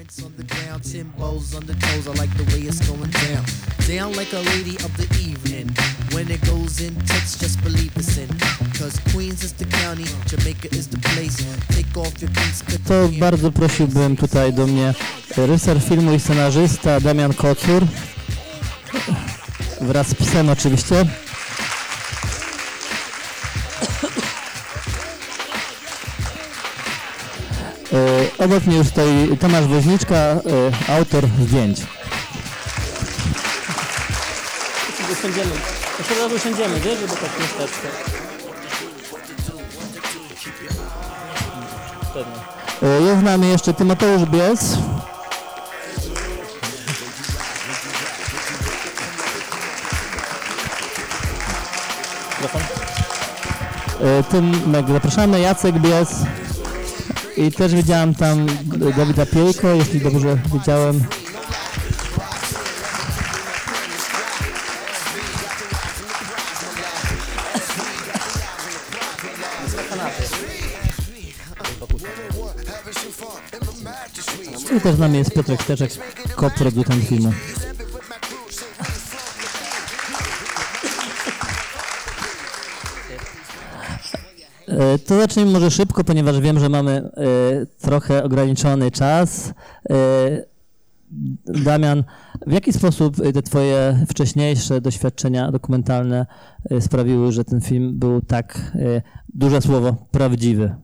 Prints on the ground, Timbo's on the toes. I like the way it's going down. Down like a lady of the evening. When it goes in, text, just believe it's in. Cause Queens is the county, Jamaica is the place. Take off your beats. To bardzo prosiłbym tutaj do mnie reżyser filmu i scenarzysta Damian Kocur. Wraz z psem oczywiście. Obok mnie już stoi Tomasz Woźniczka, autor zdjęć. Jeszcze raz usiądziemy, wiesz, żeby tak nie stać. Jest z nami jeszcze Tymoteusz Bies. Tymek, zapraszamy, Jacek Bies. I też widziałem tam Dawida Piejko, jeśli dobrze widziałem. I też z nami jest Piotrek Steczek, koproducent filmu. To zacznijmy może szybko, ponieważ wiem, że mamy trochę ograniczony czas. Damian, w jaki sposób te twoje wcześniejsze doświadczenia dokumentalne sprawiły, że ten film był tak, duże słowo, prawdziwy?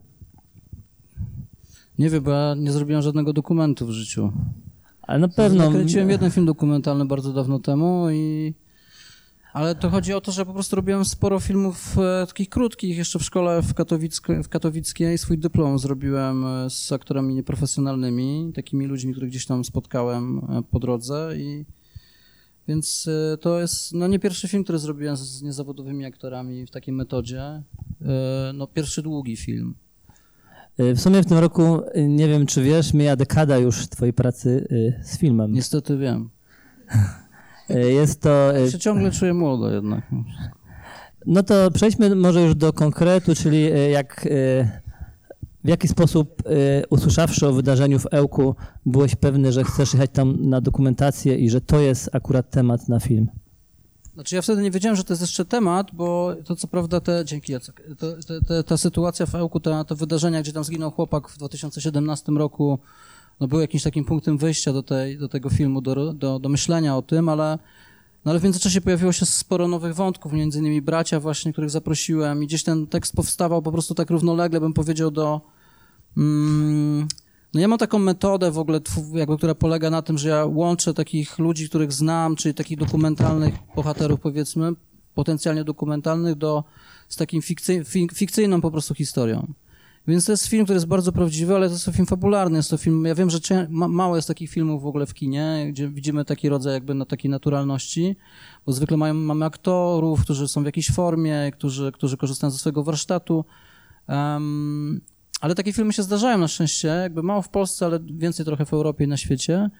Nie wiem, bo ja nie zrobiłem żadnego dokumentu w życiu. Ale na pewno... Nakręciłem jeden film dokumentalny bardzo dawno temu ale to chodzi o to, że po prostu robiłem sporo filmów takich krótkich. Jeszcze w szkole w katowickiej swój dyplom zrobiłem z aktorami nieprofesjonalnymi, takimi ludźmi, których gdzieś tam spotkałem po drodze. Więc to jest nie pierwszy film, który zrobiłem z niezawodowymi aktorami w takiej metodzie. Pierwszy długi film. W sumie w tym roku, nie wiem czy wiesz, mija dekada już twojej pracy z filmem. Niestety wiem. Jest to... Ja się ciągle czuję młodo jednak. No to przejdźmy może już do konkretu, czyli w jaki sposób usłyszawszy o wydarzeniu w Ełku byłeś pewny, że chcesz jechać tam na dokumentację i że to jest akurat temat na film? Znaczy ja wtedy nie wiedziałem, że to jest jeszcze temat, bo to co prawda dzięki Jacek, ta sytuacja w Ełku, te wydarzenia, gdzie tam zginął chłopak w 2017 roku, był jakimś takim punktem wyjścia do tego filmu, do myślenia o tym, ale w międzyczasie pojawiło się sporo nowych wątków, między innymi bracia właśnie, których zaprosiłem i gdzieś ten tekst powstawał po prostu tak równolegle, bym powiedział, ja mam taką metodę w ogóle, która polega na tym, że ja łączę takich ludzi, których znam, czyli takich dokumentalnych bohaterów, powiedzmy, potencjalnie dokumentalnych, z takim fikcyjną po prostu historią. Więc to jest film, który jest bardzo prawdziwy, ale to jest film fabularny. Jest to film, ja wiem, że mało jest takich filmów w ogóle w kinie, gdzie widzimy taki rodzaj jakby takiej naturalności, bo zwykle mamy aktorów, którzy są w jakiejś formie, którzy korzystają ze swojego warsztatu. Ale takie filmy się zdarzają na szczęście, jakby mało w Polsce, ale więcej trochę w Europie i na świecie.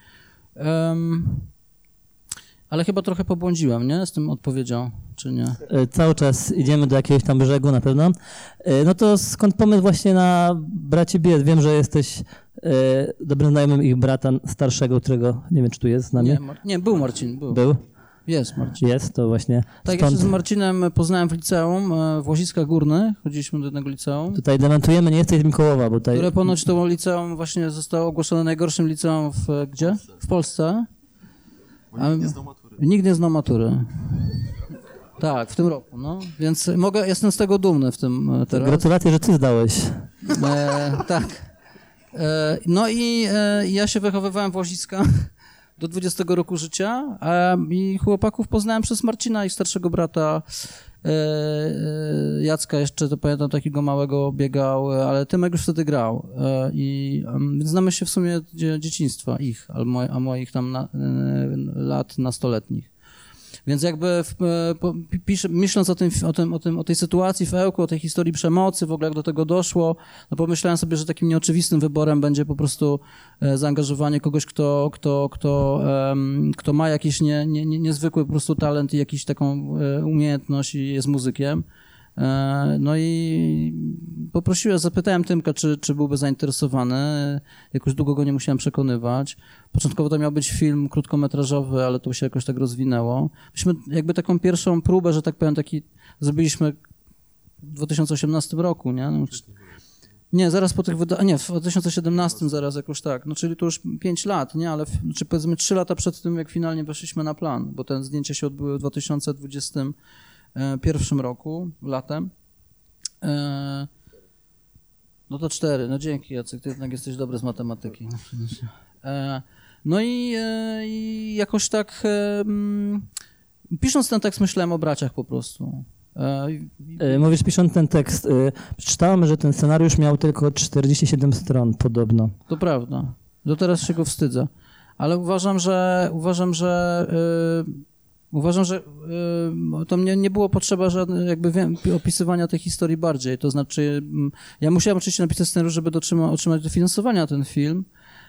Ale chyba trochę pobłądziłem, nie? Z tym odpowiedzią, czy nie? Cały czas idziemy do jakiegoś tam brzegu na pewno. No to skąd pomysł właśnie na braci Bies? Wiem, że jesteś dobrym znajomym ich brata starszego, którego nie wiem, czy tu jest z nami. Nie, był Marcin. Był? Jest Marcin. Jest, to właśnie. Tak, stąd... ja się z Marcinem poznałem w liceum, w Łoziskach Górnych, chodziliśmy do jednego liceum. Tutaj dementujemy, nie jesteś z Mikołowa, bo tutaj... Które ponoć to liceum właśnie zostało ogłoszone najgorszym liceum gdzie? W Polsce. Nikt nie znał matury. Tak, w tym roku, Więc jestem z tego dumny w tym teraz. Gratulacje, że ty zdałeś. Tak. Ja się wychowywałem w Łoziskach do 20 roku życia i chłopaków poznałem przez Marcina i starszego brata Jacka jeszcze, to pamiętam, takiego małego biegał, ale Tymek już wtedy grał. Znamy się w sumie od dzieciństwa ich, a moich tam lat nastoletnich. Więc jakby myśląc o tej sytuacji w Ełku, o tej historii przemocy, w ogóle jak do tego doszło, pomyślałem sobie, że takim nieoczywistym wyborem będzie po prostu zaangażowanie kogoś, kto ma jakiś niezwykły po prostu talent i jakiś taką umiejętność i jest muzykiem. No i zapytałem Tymka, czy byłby zainteresowany. Jakoś długo go nie musiałem przekonywać. Początkowo to miał być film krótkometrażowy, ale to się jakoś tak rozwinęło. Myśmy jakby taką pierwszą próbę, że tak powiem, zrobiliśmy w 2018 roku, nie? Nie, zaraz po tych w 2017 zaraz jakoś tak, no czyli to już 5 lat, nie, ale czy powiedzmy 3 lata przed tym, jak finalnie weszliśmy na plan, bo te zdjęcia się odbyły w 2021 roku, latem. No to 4, no dzięki Jacek, ty jednak jesteś dobry z matematyki. No i jakoś tak, pisząc ten tekst myślałem o braciach po prostu. Mówisz, pisząc ten tekst, przeczytałem, że ten scenariusz miał tylko 47 stron podobno. To prawda. Do teraz się go wstydzę. Ale uważam, że to mnie nie było potrzeba jakby opisywania tej historii bardziej. To znaczy, ja musiałem oczywiście napisać scenariusz, żeby otrzymać dofinansowania na ten film,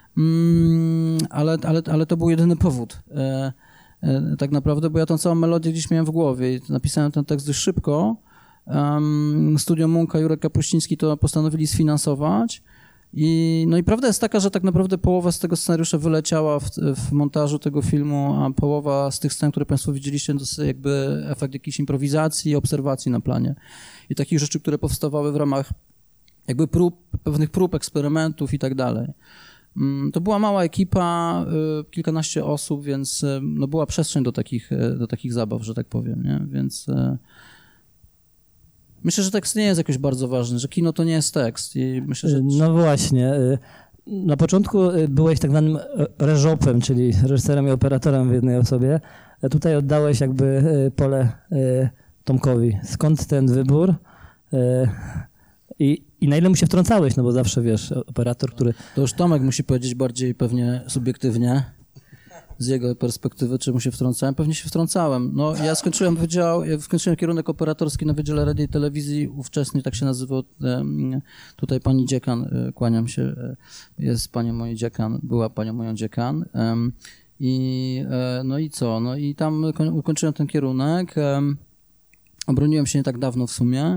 ale to był jedyny powód. Tak naprawdę, bo ja tą całą melodię gdzieś miałem w głowie i napisałem ten tekst dość szybko. Studio Munka, Jurek Kapuściński to postanowili sfinansować i prawda jest taka, że tak naprawdę połowa z tego scenariusza wyleciała w montażu tego filmu, a połowa z tych scen, które Państwo widzieliście, to jakby efekt jakiejś improwizacji i obserwacji na planie i takich rzeczy, które powstawały w ramach jakby pewnych prób, eksperymentów i tak dalej. To była mała ekipa, kilkanaście osób, więc była przestrzeń do takich zabaw, że tak powiem, nie? Więc myślę, że tekst nie jest jakoś bardzo ważny, że kino to nie jest tekst i myślę, że... No właśnie. Na początku byłeś tak zwanym reżopem, czyli reżyserem i operatorem w jednej osobie. A tutaj oddałeś jakby pole Tomkowi. Skąd ten wybór? I na ile mu się wtrącałeś, no bo zawsze, wiesz, operator, który... To już Tomek musi powiedzieć bardziej pewnie subiektywnie, z jego perspektywy, czy mu się wtrącałem. Pewnie się wtrącałem. No, ja skończyłem kierunek operatorski na Wydziale Radia i Telewizji, ówczesnie tak się nazywał, tutaj pani dziekan, kłaniam się, jest panią moją dziekan, była panią moją dziekan. No i co? No i tam ukończyłem ten kierunek, obroniłem się nie tak dawno w sumie.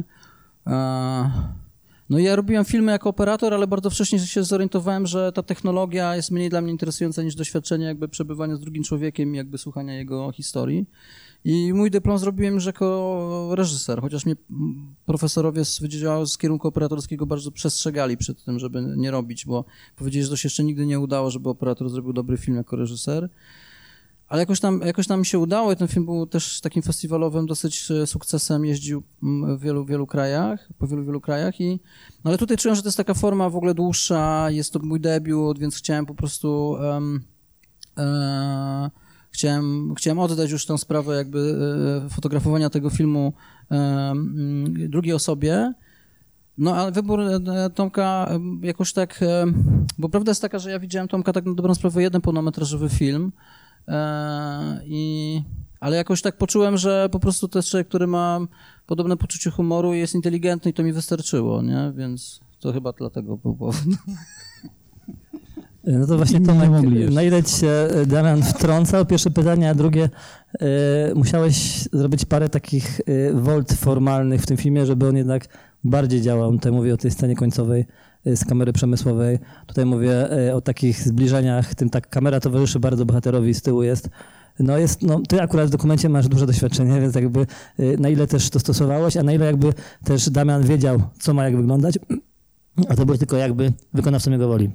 No ja robiłem filmy jako operator, ale bardzo wcześnie się zorientowałem, że ta technologia jest mniej dla mnie interesująca niż doświadczenie jakby przebywania z drugim człowiekiem i jakby słuchania jego historii. I mój dyplom zrobiłem już jako reżyser, chociaż mnie profesorowie z Wydziału z kierunku operatorskiego bardzo przestrzegali przed tym, żeby nie robić, bo powiedzieli, że to się jeszcze nigdy nie udało, żeby operator zrobił dobry film jako reżyser. Ale jakoś tam mi się udało i ten film był też takim festiwalowym dosyć sukcesem, jeździł w wielu krajach, po wielu krajach ale tutaj czułem, że to jest taka forma w ogóle dłuższa, jest to mój debiut, więc chciałem po prostu chciałem oddać już tę sprawę jakby fotografowania tego filmu drugiej osobie. No a wybór Tomka jakoś tak, bo prawda jest taka, że ja widziałem Tomka tak na dobrą sprawę jeden pełnometrażowy film, ale jakoś tak poczułem, że po prostu to jest człowiek, który ma podobne poczucie humoru i jest inteligentny i to mi wystarczyło, nie? Więc to chyba dlatego był powód. No to właśnie Tomek, na ile ci się Damian wtrącał? Pierwsze pytanie, a drugie, musiałeś zrobić parę takich wolt formalnych w tym filmie, żeby on jednak bardziej działał. Tutaj mówię o tej scenie końcowej z kamery przemysłowej. Tutaj mówię o takich zbliżeniach, tym tak kamera towarzyszy bardzo bohaterowi, z tyłu jest. Ty akurat w dokumencie masz duże doświadczenie, więc jakby na ile też to stosowałeś, a na ile jakby też Damian wiedział, co ma jak wyglądać, a to byłeś tylko jakby wykonawcą jego woli.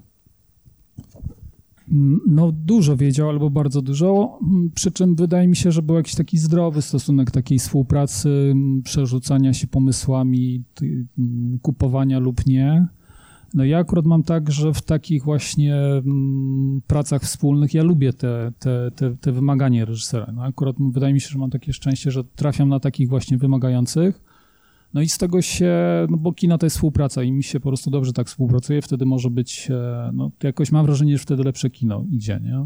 No dużo wiedział, albo bardzo dużo, przy czym wydaje mi się, że był jakiś taki zdrowy stosunek takiej współpracy, przerzucania się pomysłami, kupowania lub nie. No ja akurat mam tak, że w takich właśnie pracach wspólnych ja lubię te wymagania reżysera. No akurat wydaje mi się, że mam takie szczęście, że trafiam na takich właśnie wymagających. No i z tego bo kino to jest współpraca i mi się po prostu dobrze tak współpracuje, wtedy może być, jakoś mam wrażenie, że wtedy lepsze kino idzie, nie?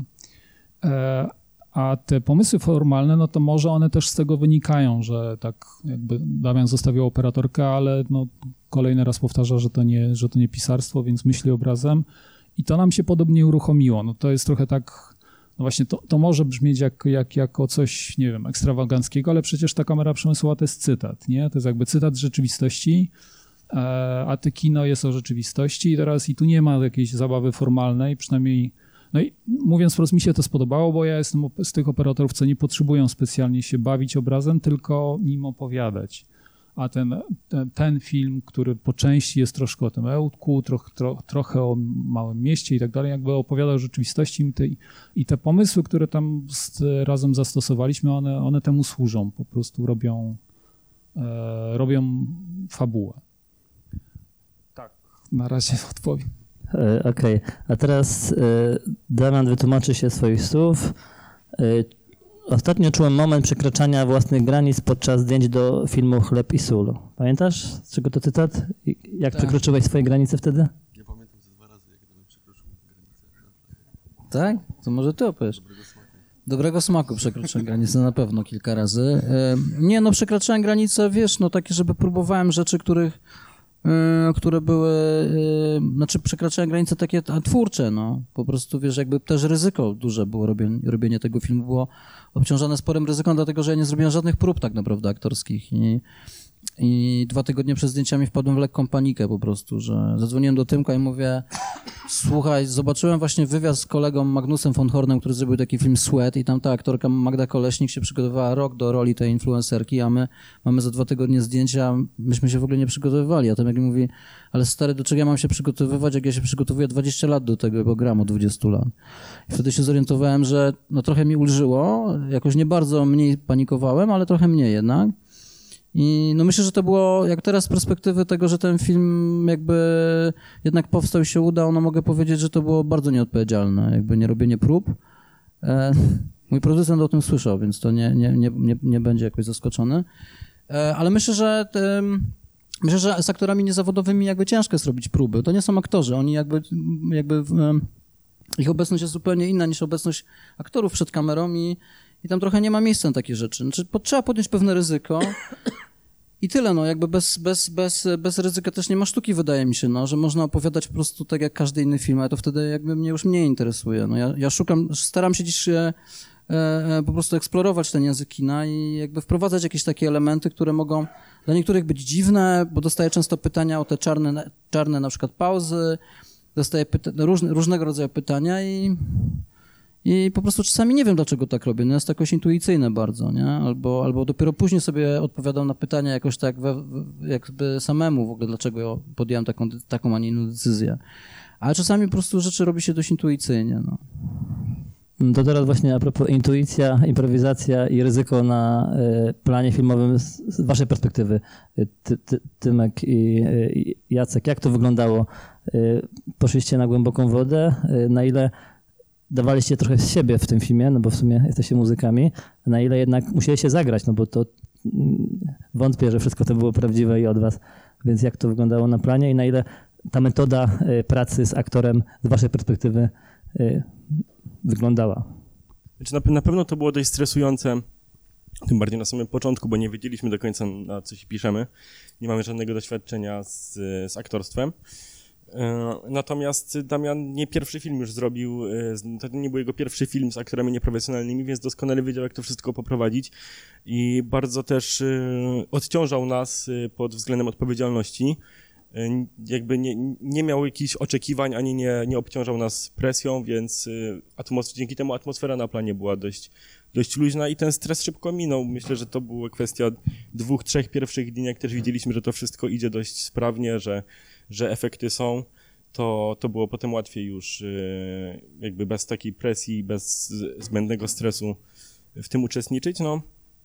A te pomysły formalne, no to może one też z tego wynikają, że tak jakby Damian zostawiał operatorkę, ale kolejny raz powtarza, że to nie pisarstwo, więc myśli obrazem i to nam się podobnie uruchomiło. No to jest trochę tak, no właśnie to może brzmieć jako coś, nie wiem, ekstrawaganckiego, ale przecież ta kamera przemysłowa to jest cytat, nie? To jest jakby cytat z rzeczywistości, a te kino jest o rzeczywistości i tu nie ma jakiejś zabawy formalnej, przynajmniej, no i mówiąc wprost, mi się to spodobało, bo ja jestem z tych operatorów, co nie potrzebują specjalnie się bawić obrazem, tylko nim opowiadać. A ten film, który po części jest troszkę o tym Ełku, trochę o małym mieście i tak dalej, jakby opowiada o rzeczywistości i te pomysły, które tam razem zastosowaliśmy, one temu służą, po prostu robią fabułę. Tak, na razie odpowiem. Okej, a teraz Damian wytłumaczy się swoich słów. Ostatnio czułem moment przekraczania własnych granic podczas zdjęć do filmu Chleb i sól. Pamiętasz, z czego to cytat? Jak przekroczyłeś swoje granice wtedy? Ja pamiętam ze 2 razy, jak Damian przekroczył granicę. Tak? To może ty opowiesz. Dobrego smaku przekroczyłem granicę na pewno kilka razy. Nie, no przekraczałem granice, wiesz, no takie, żeby próbowałem rzeczy, które były, znaczy przekraczałem granice takie twórcze, no. Po prostu, wiesz, jakby też ryzyko duże było robienie tego filmu, było obciążone sporym ryzykiem, dlatego że ja nie zrobiłem żadnych prób tak naprawdę aktorskich i 2 tygodnie przed zdjęciami wpadłem w lekką panikę po prostu, że zadzwoniłem do Tymka i mówię, słuchaj, zobaczyłem właśnie wywiad z kolegą Magnusem von Hornem, który zrobił taki film Sweat i tam ta aktorka Magda Koleśnik się przygotowywała rok do roli tej influencerki, a my mamy za 2 tygodnie zdjęcia, myśmy się w ogóle nie przygotowywali, a Tymek mówi, ale stary, do czego ja mam się przygotowywać, jak ja się przygotowuję 20 lat do tego programu, 20 lat. I wtedy się zorientowałem, że no trochę mi ulżyło, jakoś nie bardzo mniej panikowałem, ale trochę mniej jednak. I no myślę, że to było, jak teraz z perspektywy tego, że ten film jakby jednak powstał i się udał, no mogę powiedzieć, że to było bardzo nieodpowiedzialne, jakby nie robienie prób. Mój producent o tym słyszał, więc to nie będzie jakoś zaskoczony. Ale myślę, że z aktorami niezawodowymi jakby ciężko jest robić próby. To nie są aktorzy, oni jakby ich obecność jest zupełnie inna niż obecność aktorów przed kamerą i tam trochę nie ma miejsca na takie rzeczy. Znaczy, trzeba podjąć pewne ryzyko i tyle, no jakby bez ryzyka też nie ma sztuki, wydaje mi się, no, że można opowiadać po prostu tak jak każdy inny film, ale to wtedy jakby mnie już mniej interesuje. No ja staram się dziś po prostu eksplorować ten język kina i jakby wprowadzać jakieś takie elementy, które mogą dla niektórych być dziwne, bo dostaję często pytania o te czarne na przykład pauzy, dostaję różnego rodzaju pytania i po prostu czasami nie wiem, dlaczego tak robię. No jest to jakoś intuicyjne bardzo, nie? Albo dopiero później sobie odpowiadam na pytania jakoś tak jakby samemu w ogóle, dlaczego podjąłem taką, a nie inną decyzję. Ale czasami po prostu rzeczy robi się dość intuicyjnie, no. To teraz właśnie a propos intuicja, improwizacja i ryzyko na planie filmowym z waszej perspektywy, Tymek i Jacek, jak to wyglądało? Poszliście na głęboką wodę, na ile dawaliście trochę z siebie w tym filmie, no bo w sumie jesteście muzykami, a na ile jednak musieliście zagrać, no bo to wątpię, że wszystko to było prawdziwe i od was, więc jak to wyglądało na planie i na ile ta metoda pracy z aktorem z waszej perspektywy wyglądała? Znaczy na pewno to było dość stresujące, tym bardziej na samym początku, bo nie wiedzieliśmy do końca, na co się piszemy. Nie mamy żadnego doświadczenia z aktorstwem. Natomiast Damian nie pierwszy film już zrobił, to nie był jego pierwszy film z aktorami nieprofesjonalnymi, więc doskonale wiedział, jak to wszystko poprowadzić i bardzo też odciążał nas pod względem odpowiedzialności. Jakby nie miał jakichś oczekiwań, ani nie obciążał nas presją, więc dzięki temu atmosfera na planie była dość luźna i ten stres szybko minął. Myślę, że to była kwestia 2-3 pierwszych dni, jak też widzieliśmy, że to wszystko idzie dość sprawnie, że efekty są, to było potem łatwiej już jakby bez takiej presji, bez zbędnego stresu w tym uczestniczyć, no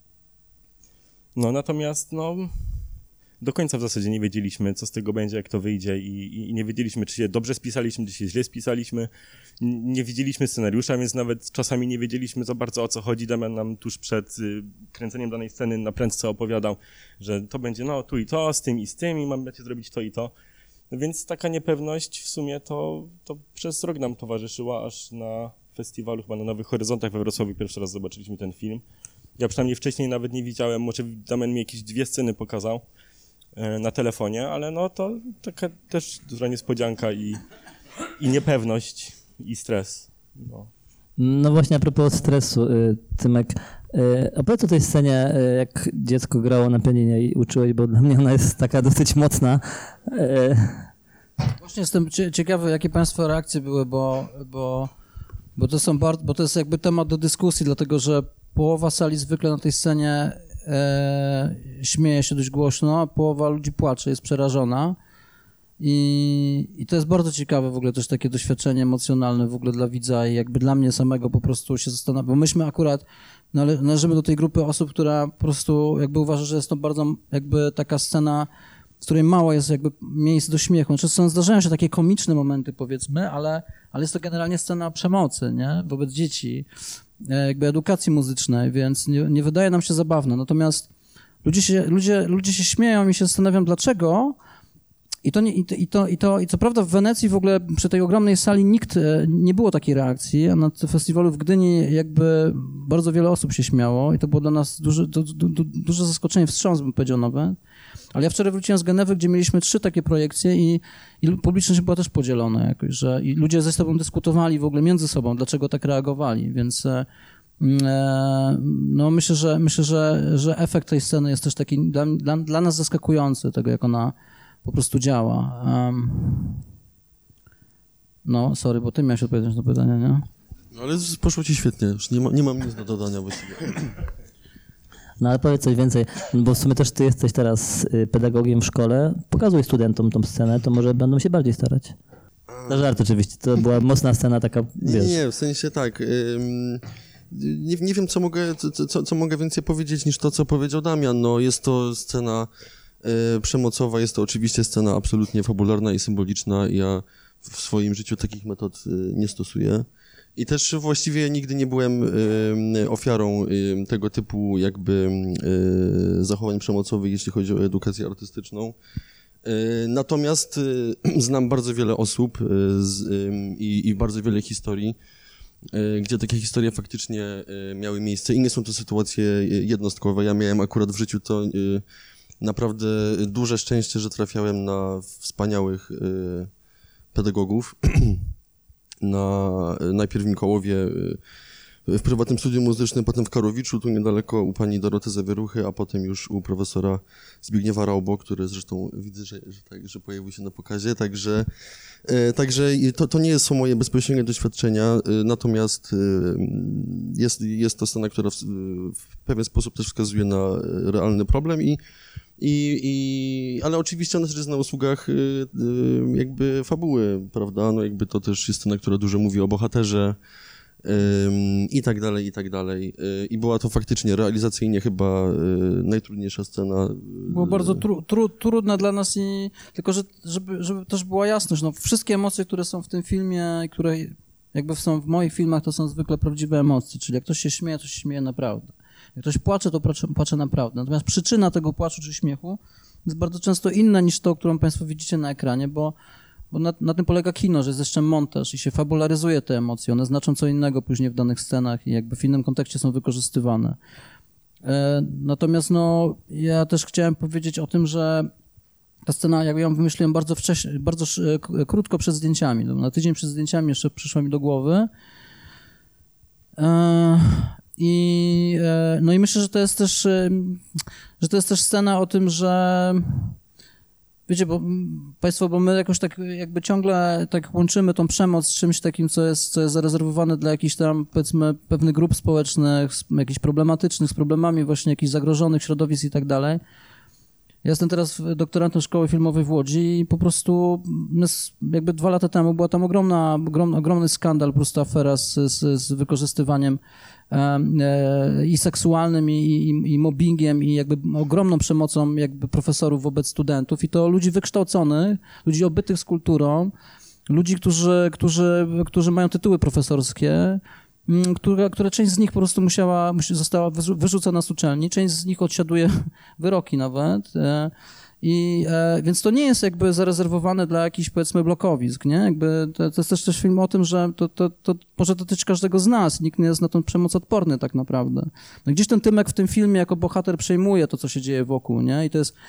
natomiast do końca w zasadzie nie wiedzieliśmy, co z tego będzie, jak to wyjdzie i nie wiedzieliśmy, czy się dobrze spisaliśmy, czy się źle spisaliśmy. Nie widzieliśmy scenariusza, więc nawet czasami nie wiedzieliśmy za bardzo, o co chodzi. Damian nam tuż przed kręceniem danej sceny na prędce opowiadał, że to będzie tu i to, z tym i macie zrobić to i to. No więc taka niepewność w sumie to przez rok nam towarzyszyła, aż na festiwalu chyba na Nowych Horyzontach we Wrocławiu pierwszy raz zobaczyliśmy ten film. Ja przynajmniej wcześniej nawet nie widziałem, może Damian mi jakieś 2 sceny pokazał na telefonie, ale to taka też duża niespodzianka i niepewność i stres. No właśnie a propos stresu, Tymek, opowiedz o tej scenie, jak dziecko grało na pianinie i uczyłeś, bo dla mnie ona jest taka dosyć mocna. Właśnie jestem ciekawy, jakie państwa reakcje były, bo to jest jakby temat do dyskusji, dlatego że połowa sali zwykle na tej scenie śmieje się dość głośno, a połowa ludzi płacze, jest przerażona. I to jest bardzo ciekawe w ogóle też takie doświadczenie emocjonalne w ogóle dla widza i jakby dla mnie samego po prostu się zastanawiam, bo myśmy akurat należymy do tej grupy osób, która po prostu jakby uważa, że jest to bardzo jakby taka scena, w której mało jest jakby miejsc do śmiechu. Znaczy zdarzają się takie komiczne momenty powiedzmy, ale jest to generalnie scena przemocy, nie? Wobec dzieci, jakby edukacji muzycznej, więc nie wydaje nam się zabawne. Natomiast ludzie się śmieją i się zastanawiam dlaczego. I co prawda w Wenecji w ogóle przy tej ogromnej sali nie było takiej reakcji, a na festiwalu w Gdyni jakby bardzo wiele osób się śmiało i to było dla nas duże zaskoczenie, wstrząs bym powiedział nawet. Ale ja wczoraj wróciłem z Genewy, gdzie mieliśmy 3 takie projekcje i publiczność była też podzielona jakoś, i ludzie ze sobą dyskutowali w ogóle między sobą, dlaczego tak reagowali, więc no myślę, że efekt tej sceny jest też taki dla nas zaskakujący, tego jak ona po prostu działa. No, sorry, bo ty miałeś odpowiedzieć na pytanie, nie? No ale poszło ci świetnie, już nie mam nic do dodania właściwie. No ale powiedz coś więcej, bo w sumie też ty jesteś teraz pedagogiem w szkole, pokazuj studentom tą scenę, to może będą się bardziej starać. Na żart oczywiście, to była mocna scena taka, wiesz. Nie, w sensie tak, nie wiem co mogę więcej powiedzieć niż to, co powiedział Damian, no jest to scena przemocowa, jest to oczywiście scena absolutnie fabularna i symboliczna. Ja w swoim życiu takich metod nie stosuję. I też właściwie nigdy nie byłem ofiarą tego typu jakby zachowań przemocowych, jeśli chodzi o edukację artystyczną. Natomiast znam bardzo wiele osób i bardzo wiele historii, gdzie takie historie faktycznie miały miejsce i nie są to sytuacje jednostkowe. Ja miałem akurat w życiu to naprawdę duże szczęście, że trafiałem na wspaniałych pedagogów. Najpierw w Mikołowie, w prywatnym studium muzycznym, potem w Karowiczu, tu niedaleko u pani Doroty Zawieruchy, a potem już u profesora Zbigniewa Raubo, który zresztą widzę, że pojawił się na pokazie, także to nie są moje bezpośrednie doświadczenia, natomiast jest to scena, która w pewien sposób też wskazuje na realny problem ale oczywiście ona też jest na usługach jakby fabuły, prawda, no jakby to też jest scena, która dużo mówi o bohaterze i tak dalej, i tak dalej. I była to faktycznie realizacyjnie chyba najtrudniejsza scena. Było bardzo trudne dla nas tylko żeby też była jasność, no wszystkie emocje, które są w tym filmie, które jakby są w moich filmach, to są zwykle prawdziwe emocje, czyli jak ktoś się śmieje, to się śmieje naprawdę. Jak ktoś płacze, to płacze naprawdę. Natomiast przyczyna tego płaczu czy śmiechu jest bardzo często inna niż to, którą państwo widzicie na ekranie, bo na tym polega kino, że jest jeszcze montaż i się fabularyzuje te emocje. One znaczą co innego później w danych scenach i jakby w innym kontekście są wykorzystywane. Natomiast no, ja też chciałem powiedzieć o tym, że ta scena, jak ją wymyśliłem bardzo wcześnie, bardzo krótko przed zdjęciami. Na tydzień przed zdjęciami jeszcze przyszło mi do głowy. No i myślę, że to jest też scena o tym, że wiecie, bo my jakoś tak jakby ciągle tak łączymy tą przemoc z czymś takim, co jest zarezerwowane dla jakichś tam, powiedzmy, pewnych grup społecznych, jakichś problematycznych, z problemami właśnie jakichś zagrożonych środowisk i tak dalej. Ja jestem teraz doktorantem Szkoły Filmowej w Łodzi i po prostu jakby 2 lata temu była tam ogromny skandal, po prostu afera z wykorzystywaniem i seksualnym, i mobbingiem, i jakby ogromną przemocą jakby profesorów wobec studentów i to ludzi wykształconych, ludzi obytych z kulturą, ludzi, którzy mają tytuły profesorskie, które część z nich po prostu została wyrzucona z uczelni, część z nich odsiaduje wyroki nawet. Więc to nie jest jakby zarezerwowane dla jakichś, powiedzmy, blokowisk, nie? Jakby to jest też film o tym, że to może dotyczyć każdego z nas. Nikt nie jest na tą przemoc odporny tak naprawdę. No gdzieś ten Tymek w tym filmie jako bohater przejmuje to, co się dzieje wokół, nie? I to jest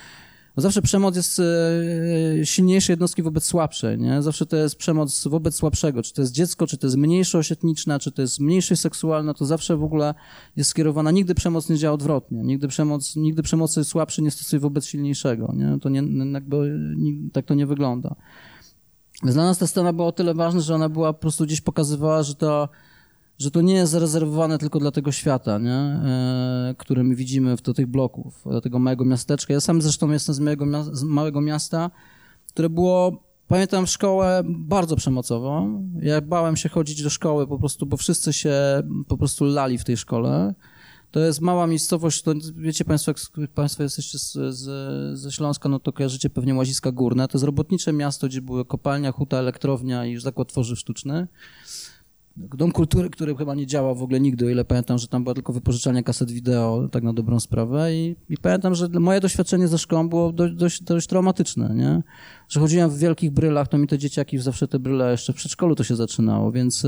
Bo zawsze przemoc jest silniejszej jednostki wobec słabszej, nie? Zawsze to jest przemoc wobec słabszego. Czy to jest dziecko, czy to jest mniejszość etniczna, czy to jest mniejszość seksualna, to zawsze w ogóle jest skierowana. Nigdy przemoc nie działa odwrotnie. Nigdy przemocy słabszy nie stosuje wobec silniejszego, nie? To tak to nie wygląda. Więc dla nas ta scena była o tyle ważna, że ona była po prostu gdzieś pokazywała, że to nie jest zarezerwowane tylko dla tego świata, nie? Który my widzimy do tych bloków, do tego małego miasteczka. Ja sam zresztą jestem z małego miasta, które było, pamiętam, szkołę bardzo przemocową. Ja bałem się chodzić do szkoły po prostu, bo wszyscy się po prostu lali w tej szkole. To jest mała miejscowość, to wiecie Państwo, jak Państwo jesteście ze Śląska, no to kojarzycie pewnie Łaziska Górne. To jest robotnicze miasto, gdzie były kopalnia, huta, elektrownia i zakład tworzyw sztucznych. Dom kultury, który chyba nie działał w ogóle nigdy, o ile pamiętam, że tam była tylko wypożyczalnia kaset wideo, tak na dobrą sprawę. I pamiętam, że moje doświadczenie ze szkołą było dość traumatyczne, nie? Że chodziłem w wielkich brylach, to mi te dzieciaki zawsze te bryle, jeszcze w przedszkolu to się zaczynało, więc...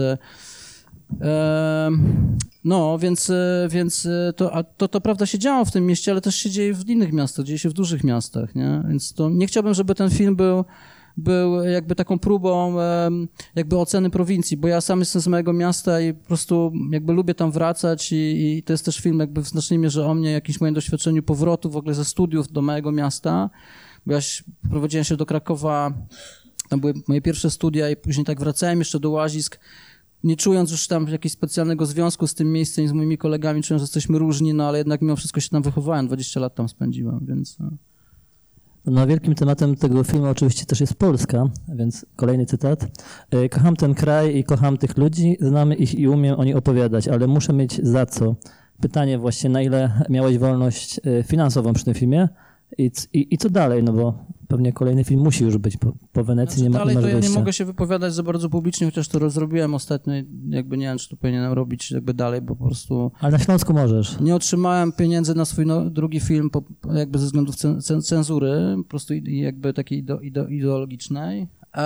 Więc to prawda się działo w tym mieście, ale też się dzieje w innych miastach, dzieje się w dużych miastach, nie? Więc to nie chciałbym, żeby ten film był jakby taką próbą jakby oceny prowincji, bo ja sam jestem z mojego miasta i po prostu jakby lubię tam wracać i to jest też film jakby w znacznej mierze o mnie, jakimś moim doświadczeniu powrotu w ogóle ze studiów do mojego miasta, bo ja prowadziłem się do Krakowa, tam były moje pierwsze studia i później tak wracałem jeszcze do Łazisk, nie czując już tam jakiegoś specjalnego związku z tym miejscem i z moimi kolegami, czując, że jesteśmy różni, no ale jednak mimo wszystko się tam wychowałem, 20 lat tam spędziłem, więc... No, wielkim tematem tego filmu oczywiście też jest Polska, więc kolejny cytat. Kocham ten kraj i kocham tych ludzi, znamy ich i umiem o nich opowiadać, ale muszę mieć za co. Pytanie właśnie, na ile miałeś wolność finansową przy tym filmie i co dalej, no bo pewnie kolejny film musi już być po Wenecji, znaczy, nie ma dalej to ja wyjścia. nie mogę się wypowiadać za bardzo publicznie, chociaż to zrobiłem ostatnio, jakby nie wiem, czy to powinienem robić jakby dalej, bo po prostu... Ale na Śląsku możesz. Nie otrzymałem pieniędzy na swój drugi film jakby ze względów cenzury, po prostu jakby takiej ideologicznej.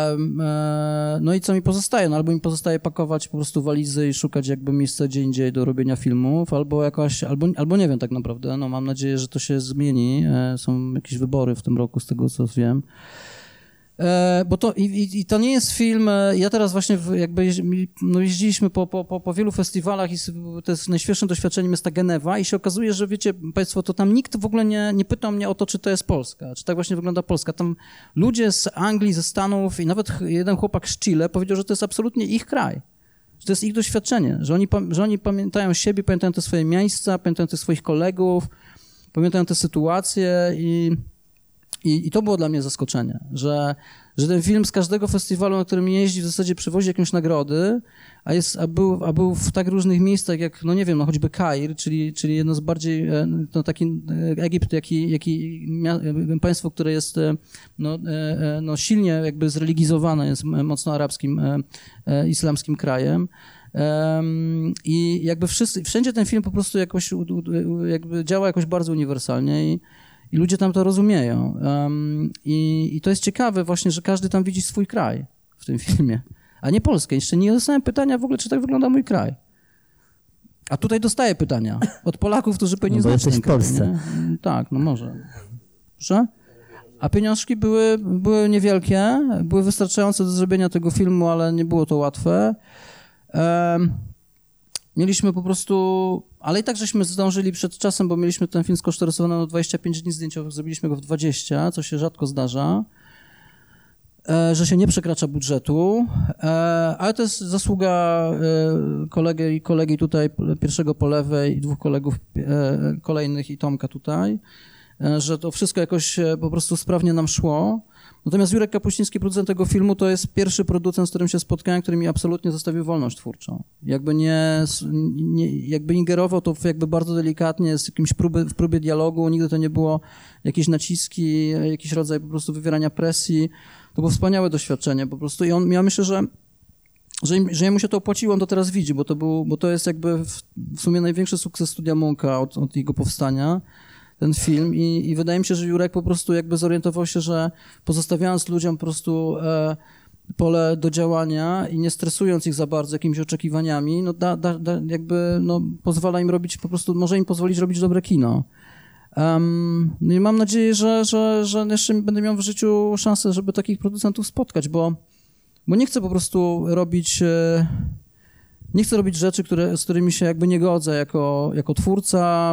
No i co mi pozostaje? No albo mi pozostaje pakować po prostu walizy i szukać jakby miejsca gdzie indziej do robienia filmów, albo nie wiem tak naprawdę. No mam nadzieję, że to się zmieni. Są jakieś wybory w tym roku, z tego co wiem. Bo to i to nie jest film, ja teraz właśnie jakby jeździliśmy po wielu festiwalach i to jest najświeższym doświadczeniem jest ta Genewa i się okazuje, że wiecie Państwo, to tam nikt w ogóle nie pytał mnie o to, czy to jest Polska, czy tak właśnie wygląda Polska. Tam ludzie z Anglii, ze Stanów i nawet jeden chłopak z Chile powiedział, że to jest absolutnie ich kraj, że to jest ich doświadczenie, że oni pamiętają siebie, pamiętają te swoje miejsca, pamiętają tych swoich kolegów, pamiętają te sytuacje i to było dla mnie zaskoczenie, że ten film z każdego festiwalu, na którym jeździ, w zasadzie przywozi jakąś nagrody, a był w tak różnych miejscach jak, no nie wiem, no choćby Kair, czyli jedno z bardziej, no taki Egipt, państwo, które jest no silnie jakby zreligizowane, jest mocno arabskim, islamskim krajem. I jakby wszędzie ten film po prostu jakoś jakby działa jakoś bardzo uniwersalnie i ludzie tam to rozumieją. I to jest ciekawe właśnie, że każdy tam widzi swój kraj w tym filmie, a nie Polskę. Jeszcze nie dostałem pytania w ogóle, czy tak wygląda mój kraj. A tutaj dostaję pytania od Polaków, którzy powinni znać ten kraj. Nie? Tak, no może. Proszę? A pieniążki były niewielkie, były wystarczające do zrobienia tego filmu, ale nie było to łatwe. Mieliśmy po prostu, ale i tak żeśmy zdążyli przed czasem, bo mieliśmy ten film skosztorysowany na 25 dni zdjęciowych, zrobiliśmy go w 20, co się rzadko zdarza, że się nie przekracza budżetu, ale to jest zasługa kolegi tutaj, pierwszego po lewej i dwóch kolegów kolejnych i Tomka tutaj, że to wszystko jakoś po prostu sprawnie nam szło. Natomiast Jurek Kapuściński, producent tego filmu, to jest pierwszy producent, z którym się spotkałem, który mi absolutnie zostawił wolność twórczą. Jakby jakby ingerował to jakby bardzo delikatnie, z jakimś w próbie dialogu, nigdy to nie było jakieś naciski, jakiś rodzaj po prostu wywierania presji. To było wspaniałe doświadczenie po prostu i ja myślę, że jemu się to opłaciło, on to teraz widzi, bo to jest jakby w sumie największy sukces Studia Munka od jego powstania. Ten film i wydaje mi się, że Jurek po prostu jakby zorientował się, że pozostawiając ludziom po prostu pole do działania i nie stresując ich za bardzo jakimiś oczekiwaniami, no jakby no pozwala im robić po prostu, może im pozwolić robić dobre kino. No i mam nadzieję, że jeszcze będę miał w życiu szansę, żeby takich producentów spotkać, bo nie chcę po prostu robić... Nie chcę robić rzeczy, z którymi się jakby nie godzę jako twórca.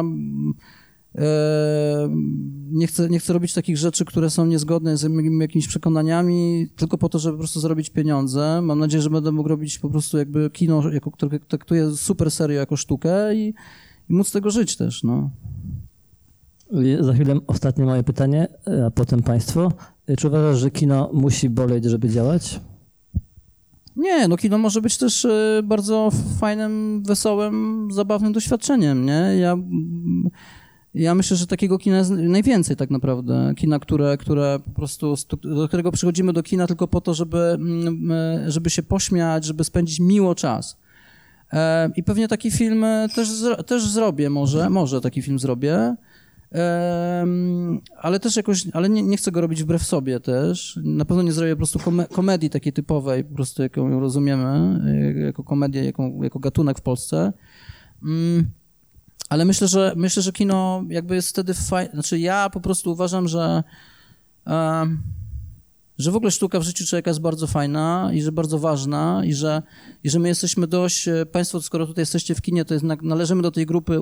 Nie chcę robić takich rzeczy, które są niezgodne z moimi jakimiś przekonaniami, tylko po to, żeby po prostu zarobić pieniądze. Mam nadzieję, że będę mógł robić po prostu jakby kino, które traktuje super serio jako sztukę i móc z tego żyć też, no. Za chwilę ostatnie moje pytanie, a potem państwo. Czy uważasz, że kino musi boleć, żeby działać? Nie, no kino może być też bardzo fajnym, wesołym, zabawnym doświadczeniem, nie? Ja myślę, że takiego kina jest najwięcej tak naprawdę. Kina, które po prostu, do którego przychodzimy do kina tylko po to, żeby się pośmiać, żeby spędzić miło czas. I pewnie taki film też zrobię, może taki film zrobię. Ale też jakoś, ale nie chcę go robić wbrew sobie też. Na pewno nie zrobię po prostu komedii takiej typowej, po prostu jaką ją rozumiemy, jako komedię, jako gatunek w Polsce. Ale myślę, że kino jakby jest wtedy fajne. Znaczy ja po prostu uważam, że w ogóle sztuka w życiu człowieka jest bardzo fajna i że bardzo ważna i że my jesteśmy dość, państwo skoro tutaj jesteście w kinie, to jest, należymy do tej grupy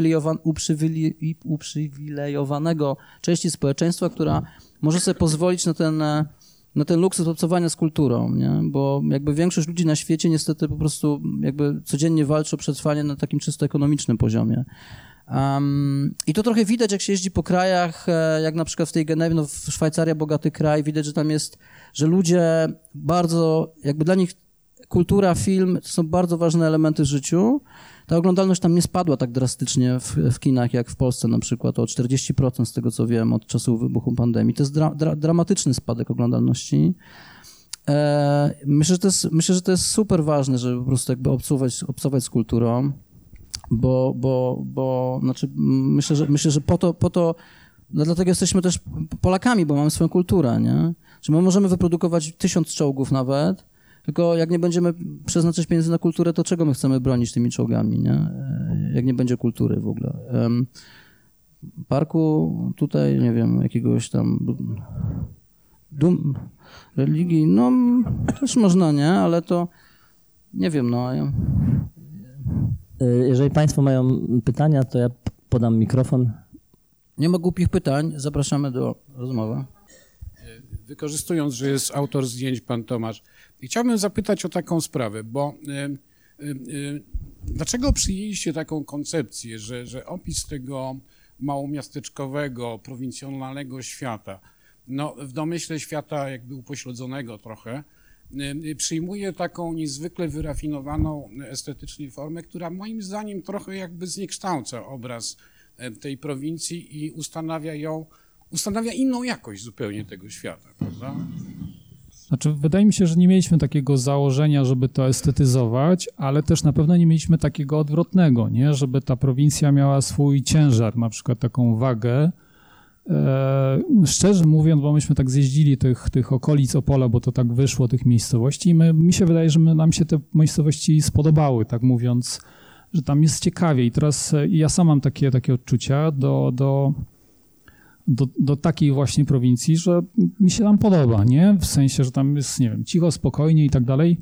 uprzywilejowanego części społeczeństwa, która może sobie pozwolić na ten luksus obcowania z kulturą, nie? Bo jakby większość ludzi na świecie niestety po prostu jakby codziennie walczy o przetrwanie na takim czysto ekonomicznym poziomie. I to trochę widać, jak się jeździ po krajach, jak na przykład w tej Genewie, no w Szwajcarii, bogaty kraj, widać, że tam jest, że ludzie bardzo, jakby dla nich kultura, film to są bardzo ważne elementy w życiu. Ta oglądalność tam nie spadła tak drastycznie w kinach, jak w Polsce na przykład, o 40% z tego, co wiem, od czasu wybuchu pandemii. To jest dramatyczny spadek oglądalności. Myślę, że to jest super ważne, żeby po prostu jakby obcować z kulturą. Bo znaczy myślę, że po to dlatego jesteśmy też Polakami, bo mamy swoją kulturę, nie? Że my możemy wyprodukować 1000 czołgów nawet, tylko jak nie będziemy przeznaczać pieniędzy na kulturę, to czego my chcemy bronić tymi czołgami, nie? Jak nie będzie kultury w ogóle. Parku tutaj, nie wiem, jakiegoś tam religii, no też można, nie? Ale to nie wiem, no. Jeżeli państwo mają pytania, to ja podam mikrofon. Nie ma głupich pytań, zapraszamy do rozmowy. Wykorzystując, że jest autor zdjęć pan Tomasz, chciałbym zapytać o taką sprawę, bo dlaczego przyjęliście taką koncepcję, że opis tego małomiasteczkowego, prowincjonalnego świata, no w domyśle świata jakby upośledzonego trochę, przyjmuje taką niezwykle wyrafinowaną estetycznie formę, która moim zdaniem trochę jakby zniekształca obraz tej prowincji i ustanawia inną jakość zupełnie tego świata, prawda? Znaczy, wydaje mi się, że nie mieliśmy takiego założenia, żeby to estetyzować, ale też na pewno nie mieliśmy takiego odwrotnego, nie? Żeby ta prowincja miała swój ciężar, na przykład taką wagę. Szczerze mówiąc, bo myśmy tak zjeździli tych okolic Opola, bo to tak wyszło, tych miejscowości, i mi się wydaje, że nam się te miejscowości spodobały, tak mówiąc, że tam jest ciekawie. I teraz ja sam mam takie odczucia do takiej właśnie prowincji, że mi się tam podoba, nie? W sensie, że tam jest, nie wiem, cicho, spokojnie i tak dalej.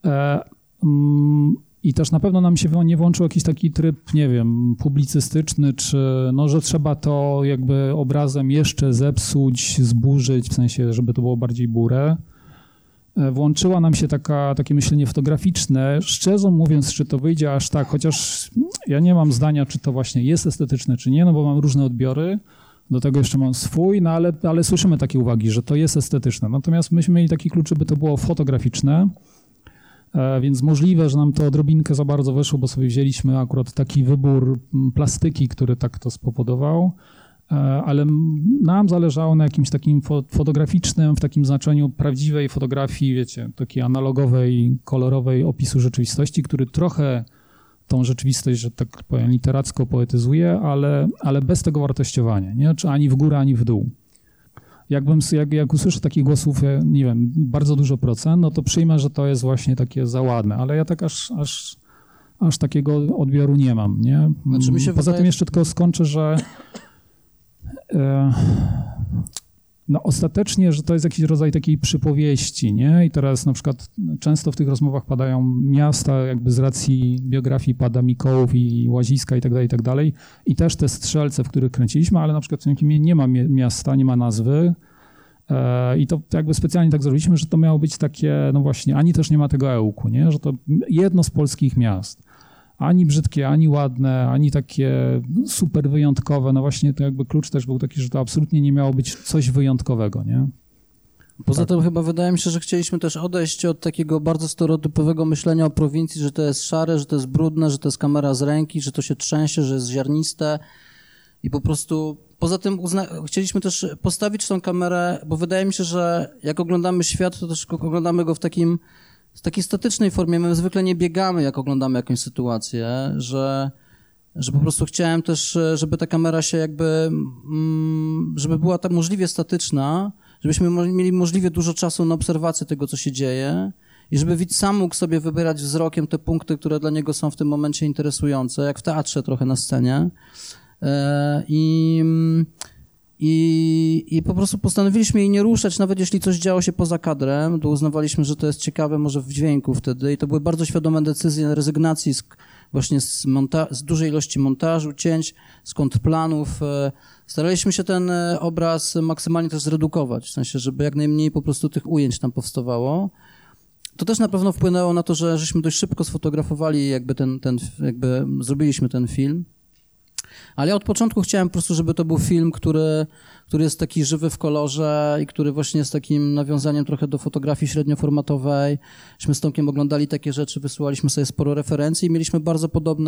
I też na pewno nam się nie włączył jakiś taki tryb, nie wiem, publicystyczny, czy no, że trzeba to jakby obrazem jeszcze zepsuć, zburzyć, w sensie, żeby to było bardziej burę. Włączyła nam się takie myślenie fotograficzne. Szczerze mówiąc, czy to wyjdzie aż tak, chociaż ja nie mam zdania, czy to właśnie jest estetyczne, czy nie, no bo mam różne odbiory. Do tego jeszcze mam swój, no ale słyszymy takie uwagi, że to jest estetyczne. Natomiast myśmy mieli taki klucz, żeby to było fotograficzne, więc możliwe, że nam to odrobinkę za bardzo wyszło, bo sobie wzięliśmy akurat taki wybór plastyki, który tak to spowodował, ale nam zależało na jakimś takim fotograficznym, w takim znaczeniu prawdziwej fotografii, wiecie, takiej analogowej, kolorowej opisu rzeczywistości, który trochę tą rzeczywistość, że tak powiem, literacko poetyzuje, ale bez tego wartościowania, nie? Czy ani w górę, ani w dół. Jak usłyszę takich głosów, nie wiem, bardzo dużo procent, no to przyjmę, że to jest właśnie takie za ładne, ale ja tak aż takiego odbioru nie mam, nie? Znaczy mi się Poza tym jeszcze tylko skończę, że No ostatecznie, że to jest jakiś rodzaj takiej przypowieści, nie? I teraz na przykład często w tych rozmowach padają miasta, jakby z racji biografii pada Mikołów i Łaziska i tak dalej. I też te Strzelce, w których kręciliśmy, ale na przykład w tym filmie nie ma miasta, nie ma nazwy. I to jakby specjalnie tak zrobiliśmy, że to miało być takie, no właśnie, ani też nie ma tego Ełku, nie? Że to jedno z polskich miast. Ani brzydkie, ani ładne, ani takie super wyjątkowe. No właśnie to jakby klucz też był taki, że to absolutnie nie miało być coś wyjątkowego, nie? Poza tym chyba wydaje mi się, że chcieliśmy też odejść od takiego bardzo stereotypowego myślenia o prowincji, że to jest szare, że to jest brudne, że to jest kamera z ręki, że to się trzęsie, że jest ziarniste i po prostu... Poza tym chcieliśmy też postawić tą kamerę, bo wydaje mi się, że jak oglądamy świat, to też oglądamy go w takiej statycznej formie. My zwykle nie biegamy, jak oglądamy jakąś sytuację, że po prostu chciałem też, żeby ta kamera się jakby, żeby była tak możliwie statyczna, żebyśmy mieli możliwie dużo czasu na obserwację tego, co się dzieje i żeby widz sam mógł sobie wybierać wzrokiem te punkty, które dla niego są w tym momencie interesujące, jak w teatrze trochę na scenie. I po prostu postanowiliśmy jej nie ruszać, nawet jeśli coś działo się poza kadrem, to uznawaliśmy, że to jest ciekawe może w dźwięku wtedy i to były bardzo świadome decyzje rezygnacji z dużej ilości montażu, cięć, z kontrplanów. Staraliśmy się ten obraz maksymalnie też zredukować, w sensie, żeby jak najmniej po prostu tych ujęć tam powstawało. To też na pewno wpłynęło na to, że żeśmy dość szybko sfotografowali jakby zrobiliśmy ten film. Ale ja od początku chciałem po prostu, żeby to był film, który jest taki żywy w kolorze i który właśnie jest takim nawiązaniem trochę do fotografii średnioformatowej. Myśmy z Tomkiem oglądali takie rzeczy, wysyłaliśmy sobie sporo referencji i mieliśmy bardzo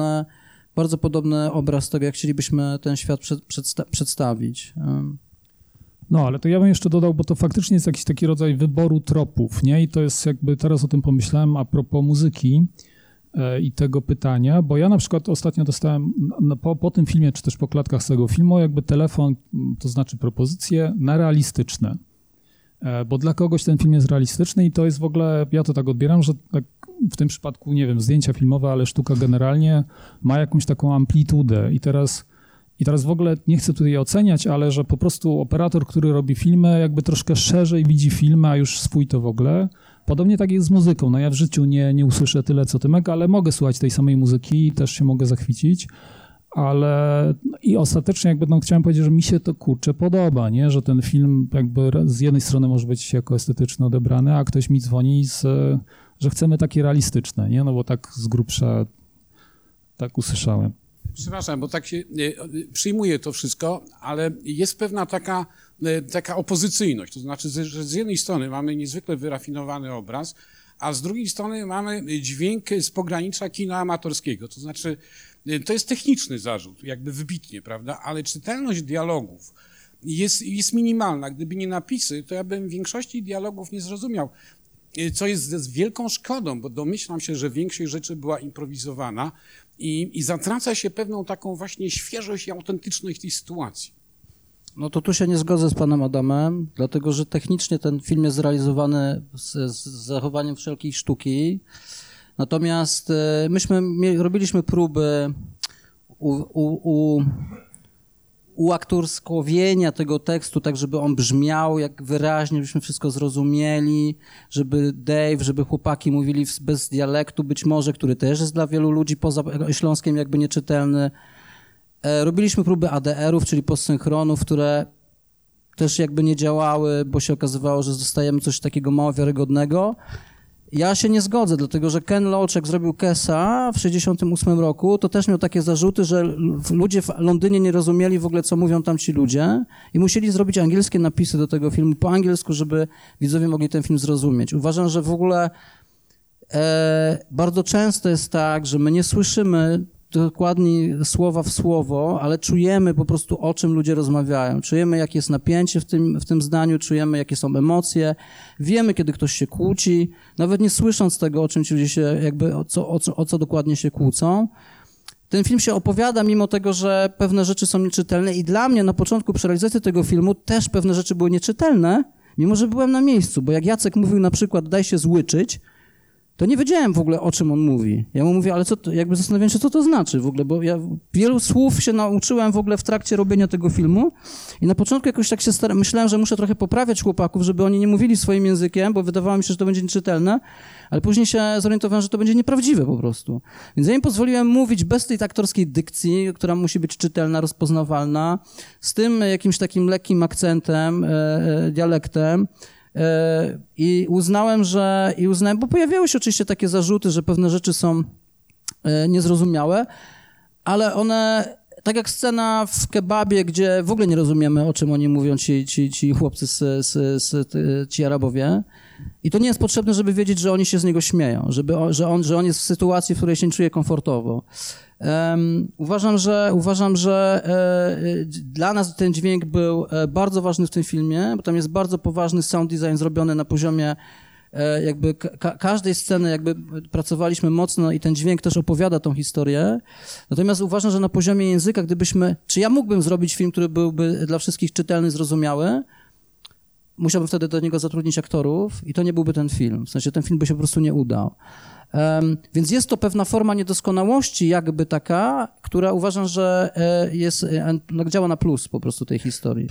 podobny obraz tego, jak chcielibyśmy ten świat przedstawić. No, ale to ja bym jeszcze dodał, bo to faktycznie jest jakiś taki rodzaj wyboru tropów, nie? I to jest jakby, teraz o tym pomyślałem a propos muzyki i tego pytania, bo ja na przykład ostatnio dostałem po tym filmie, czy też po klatkach z tego filmu, jakby telefon, to znaczy propozycje na realistyczne, bo dla kogoś ten film jest realistyczny i to jest w ogóle, ja to tak odbieram, że tak w tym przypadku, nie wiem, zdjęcia filmowe, ale sztuka generalnie ma jakąś taką amplitudę i teraz w ogóle nie chcę tutaj oceniać, ale że po prostu operator, który robi filmy, jakby troszkę szerzej widzi filmy, a już swój to w ogóle. Podobnie tak jest z muzyką. No ja w życiu nie usłyszę tyle, co Tymek, ale mogę słuchać tej samej muzyki i też się mogę zachwycić, ale i ostatecznie jakby chciałem powiedzieć, że mi się to kurczę podoba, nie? Że ten film jakby z jednej strony może być jako estetyczny odebrany, a ktoś mi dzwoni, że chcemy takie realistyczne, nie? No bo tak z grubsza tak usłyszałem. Przepraszam, bo tak się przyjmuję to wszystko, ale jest pewna taka opozycyjność. To znaczy, że z jednej strony mamy niezwykle wyrafinowany obraz, a z drugiej strony mamy dźwięk z pogranicza kina amatorskiego. To znaczy, to jest techniczny zarzut, jakby wybitnie, prawda? Ale czytelność dialogów jest minimalna. Gdyby nie napisy, to ja bym większości dialogów nie zrozumiał. Co jest z wielką szkodą, bo domyślam się, że większość rzeczy była improwizowana i zatraca się pewną taką właśnie świeżość i autentyczność tej sytuacji. No to tu się nie zgodzę z panem Adamem, dlatego że technicznie ten film jest zrealizowany z zachowaniem wszelkiej sztuki. Natomiast robiliśmy próby uaktorskowienia tego tekstu, tak żeby on brzmiał jak wyraźnie, byśmy wszystko zrozumieli, żeby Dave, żeby chłopaki mówili bez dialektu być może, który też jest dla wielu ludzi poza Śląskiem jakby nieczytelny. Robiliśmy próby ADR-ów, czyli postsynchronów, które też jakby nie działały, bo się okazywało, że dostajemy coś takiego mało wiarygodnego. Ja się nie zgodzę, dlatego że Ken Loach, jak zrobił Kesa w 1968 roku, to też miał takie zarzuty, że ludzie w Londynie nie rozumieli w ogóle, co mówią tam ci ludzie i musieli zrobić angielskie napisy do tego filmu po angielsku, żeby widzowie mogli ten film zrozumieć. Uważam, że w ogóle bardzo często jest tak, że my nie słyszymy dokładnie słowa w słowo, ale czujemy po prostu, o czym ludzie rozmawiają. Czujemy, jakie jest napięcie w tym zdaniu, czujemy, jakie są emocje, wiemy, kiedy ktoś się kłóci, nawet nie słysząc tego, o czym ci ludzie się jakby, o co dokładnie się kłócą. Ten film się opowiada, mimo tego, że pewne rzeczy są nieczytelne i dla mnie na początku przy realizacji tego filmu też pewne rzeczy były nieczytelne, mimo że byłem na miejscu, bo jak Jacek mówił na przykład, daj się złyczyć, to nie wiedziałem w ogóle, o czym on mówi. Ja mu mówię, ale co to, jakby zastanawiałem się, co to znaczy w ogóle, bo ja wielu słów się nauczyłem w ogóle w trakcie robienia tego filmu i na początku jakoś tak się myślałem, że muszę trochę poprawiać chłopaków, żeby oni nie mówili swoim językiem, bo wydawało mi się, że to będzie nieczytelne, ale później się zorientowałem, że to będzie nieprawdziwe po prostu. Więc ja im pozwoliłem mówić bez tej aktorskiej dykcji, która musi być czytelna, rozpoznawalna, z tym jakimś takim lekkim akcentem, dialektem. I uznałem, bo pojawiały się oczywiście takie zarzuty, że pewne rzeczy są niezrozumiałe, ale one, tak jak scena w kebabie, gdzie w ogóle nie rozumiemy, o czym oni mówią, ci chłopcy, ci Arabowie, i to nie jest potrzebne, żeby wiedzieć, że oni się z niego śmieją, że on jest w sytuacji, w której się nie czuje komfortowo. Uważam, że dla nas ten dźwięk był bardzo ważny w tym filmie, bo tam jest bardzo poważny sound design zrobiony na poziomie jakby każdej sceny jakby pracowaliśmy mocno i ten dźwięk też opowiada tą historię. Natomiast uważam, że na poziomie języka, czy ja mógłbym zrobić film, który byłby dla wszystkich czytelny, zrozumiały, musiałbym wtedy do niego zatrudnić aktorów i to nie byłby ten film. W sensie ten film by się po prostu nie udał. Więc jest to pewna forma niedoskonałości jakby taka, która uważam, że działa na plus po prostu tej historii.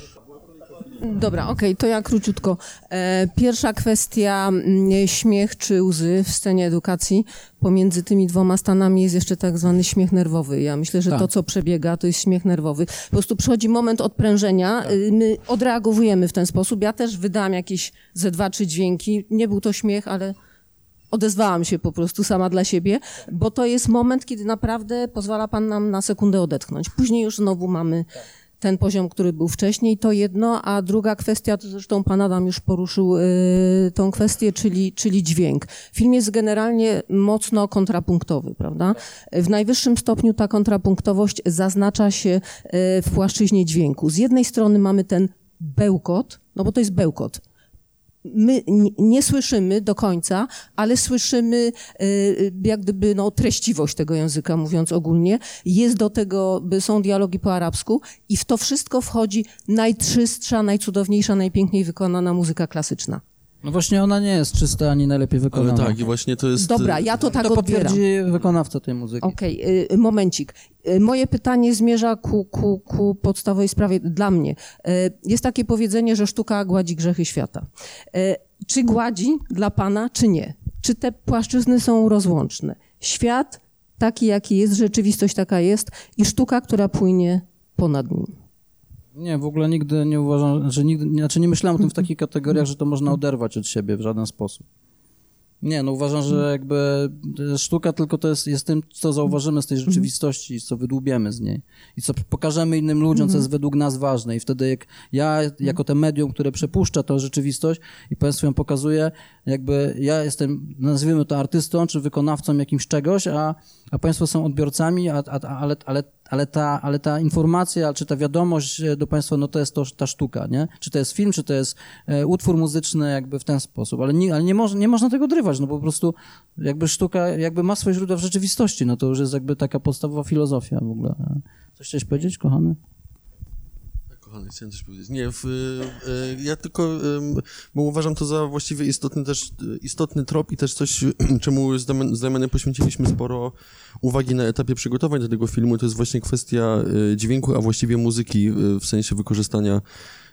Dobra, okej, to ja króciutko. Pierwsza kwestia, śmiech czy łzy w scenie edukacji. Pomiędzy tymi dwoma stanami jest jeszcze tak zwany śmiech nerwowy. Ja myślę, że to, co przebiega, to jest śmiech nerwowy. Po prostu przychodzi moment odprężenia, my odreagowujemy w ten sposób. Ja też wydałam jakieś ze 2-3 dźwięki. Nie był to śmiech, ale odezwałam się po prostu sama dla siebie, bo to jest moment, kiedy naprawdę pozwala pan nam na sekundę odetchnąć. Później już znowu mamy ten poziom, który był wcześniej, to jedno, a druga kwestia, to zresztą pan Adam już poruszył tą kwestię, czyli dźwięk. Film jest generalnie mocno kontrapunktowy, prawda? W najwyższym stopniu ta kontrapunktowość zaznacza się w płaszczyźnie dźwięku. Z jednej strony mamy ten bełkot, no bo to jest bełkot. My nie słyszymy do końca, ale słyszymy jak gdyby treściwość tego języka, mówiąc ogólnie. Jest do tego, są dialogi po arabsku i w to wszystko wchodzi najczystsza, najcudowniejsza, najpiękniej wykonana muzyka klasyczna. No właśnie ona nie jest czysta ani najlepiej wykonana. Ale tak, i właśnie to jest... Dobra, ja to tak odbieram. To potwierdzi wykonawca tej muzyki. Okej, momencik. Moje pytanie zmierza ku podstawowej sprawie dla mnie. Jest takie powiedzenie, że sztuka gładzi grzechy świata. Czy gładzi dla pana, czy nie? Czy te płaszczyzny są rozłączne? Świat taki, jaki jest, rzeczywistość taka jest i sztuka, która płynie ponad nim. Nie, w ogóle nigdy nie uważam, nie myślałem o tym w takich kategoriach, że to można oderwać od siebie w żaden sposób. Nie, uważam, że jakby sztuka tylko to jest tym, co zauważymy z tej rzeczywistości, co wydłubiemy z niej i co pokażemy innym ludziom, co jest według nas ważne. I wtedy jak ja, jako te medium, które przepuszcza tę rzeczywistość i Państwu ją pokazuje, jakby ja jestem, nazwijmy to artystą, czy wykonawcą jakimś czegoś, a Państwo są odbiorcami, ale ta informacja, czy ta wiadomość do Państwa, to jest ta sztuka, nie? Czy to jest film, czy to jest utwór muzyczny, jakby w ten sposób, ale nie można tego odrywać, po prostu jakby sztuka jakby ma swoje źródła w rzeczywistości, to już jest jakby taka podstawowa filozofia w ogóle. Coś chciałeś powiedzieć, kochany? Kochany, chciałem coś powiedzieć. Nie, ja tylko, bo uważam to za właściwie istotny trop i też coś, czemu z Damianem poświęciliśmy sporo uwagi na etapie przygotowań do tego filmu, to jest właśnie kwestia dźwięku, a właściwie muzyki, w sensie wykorzystania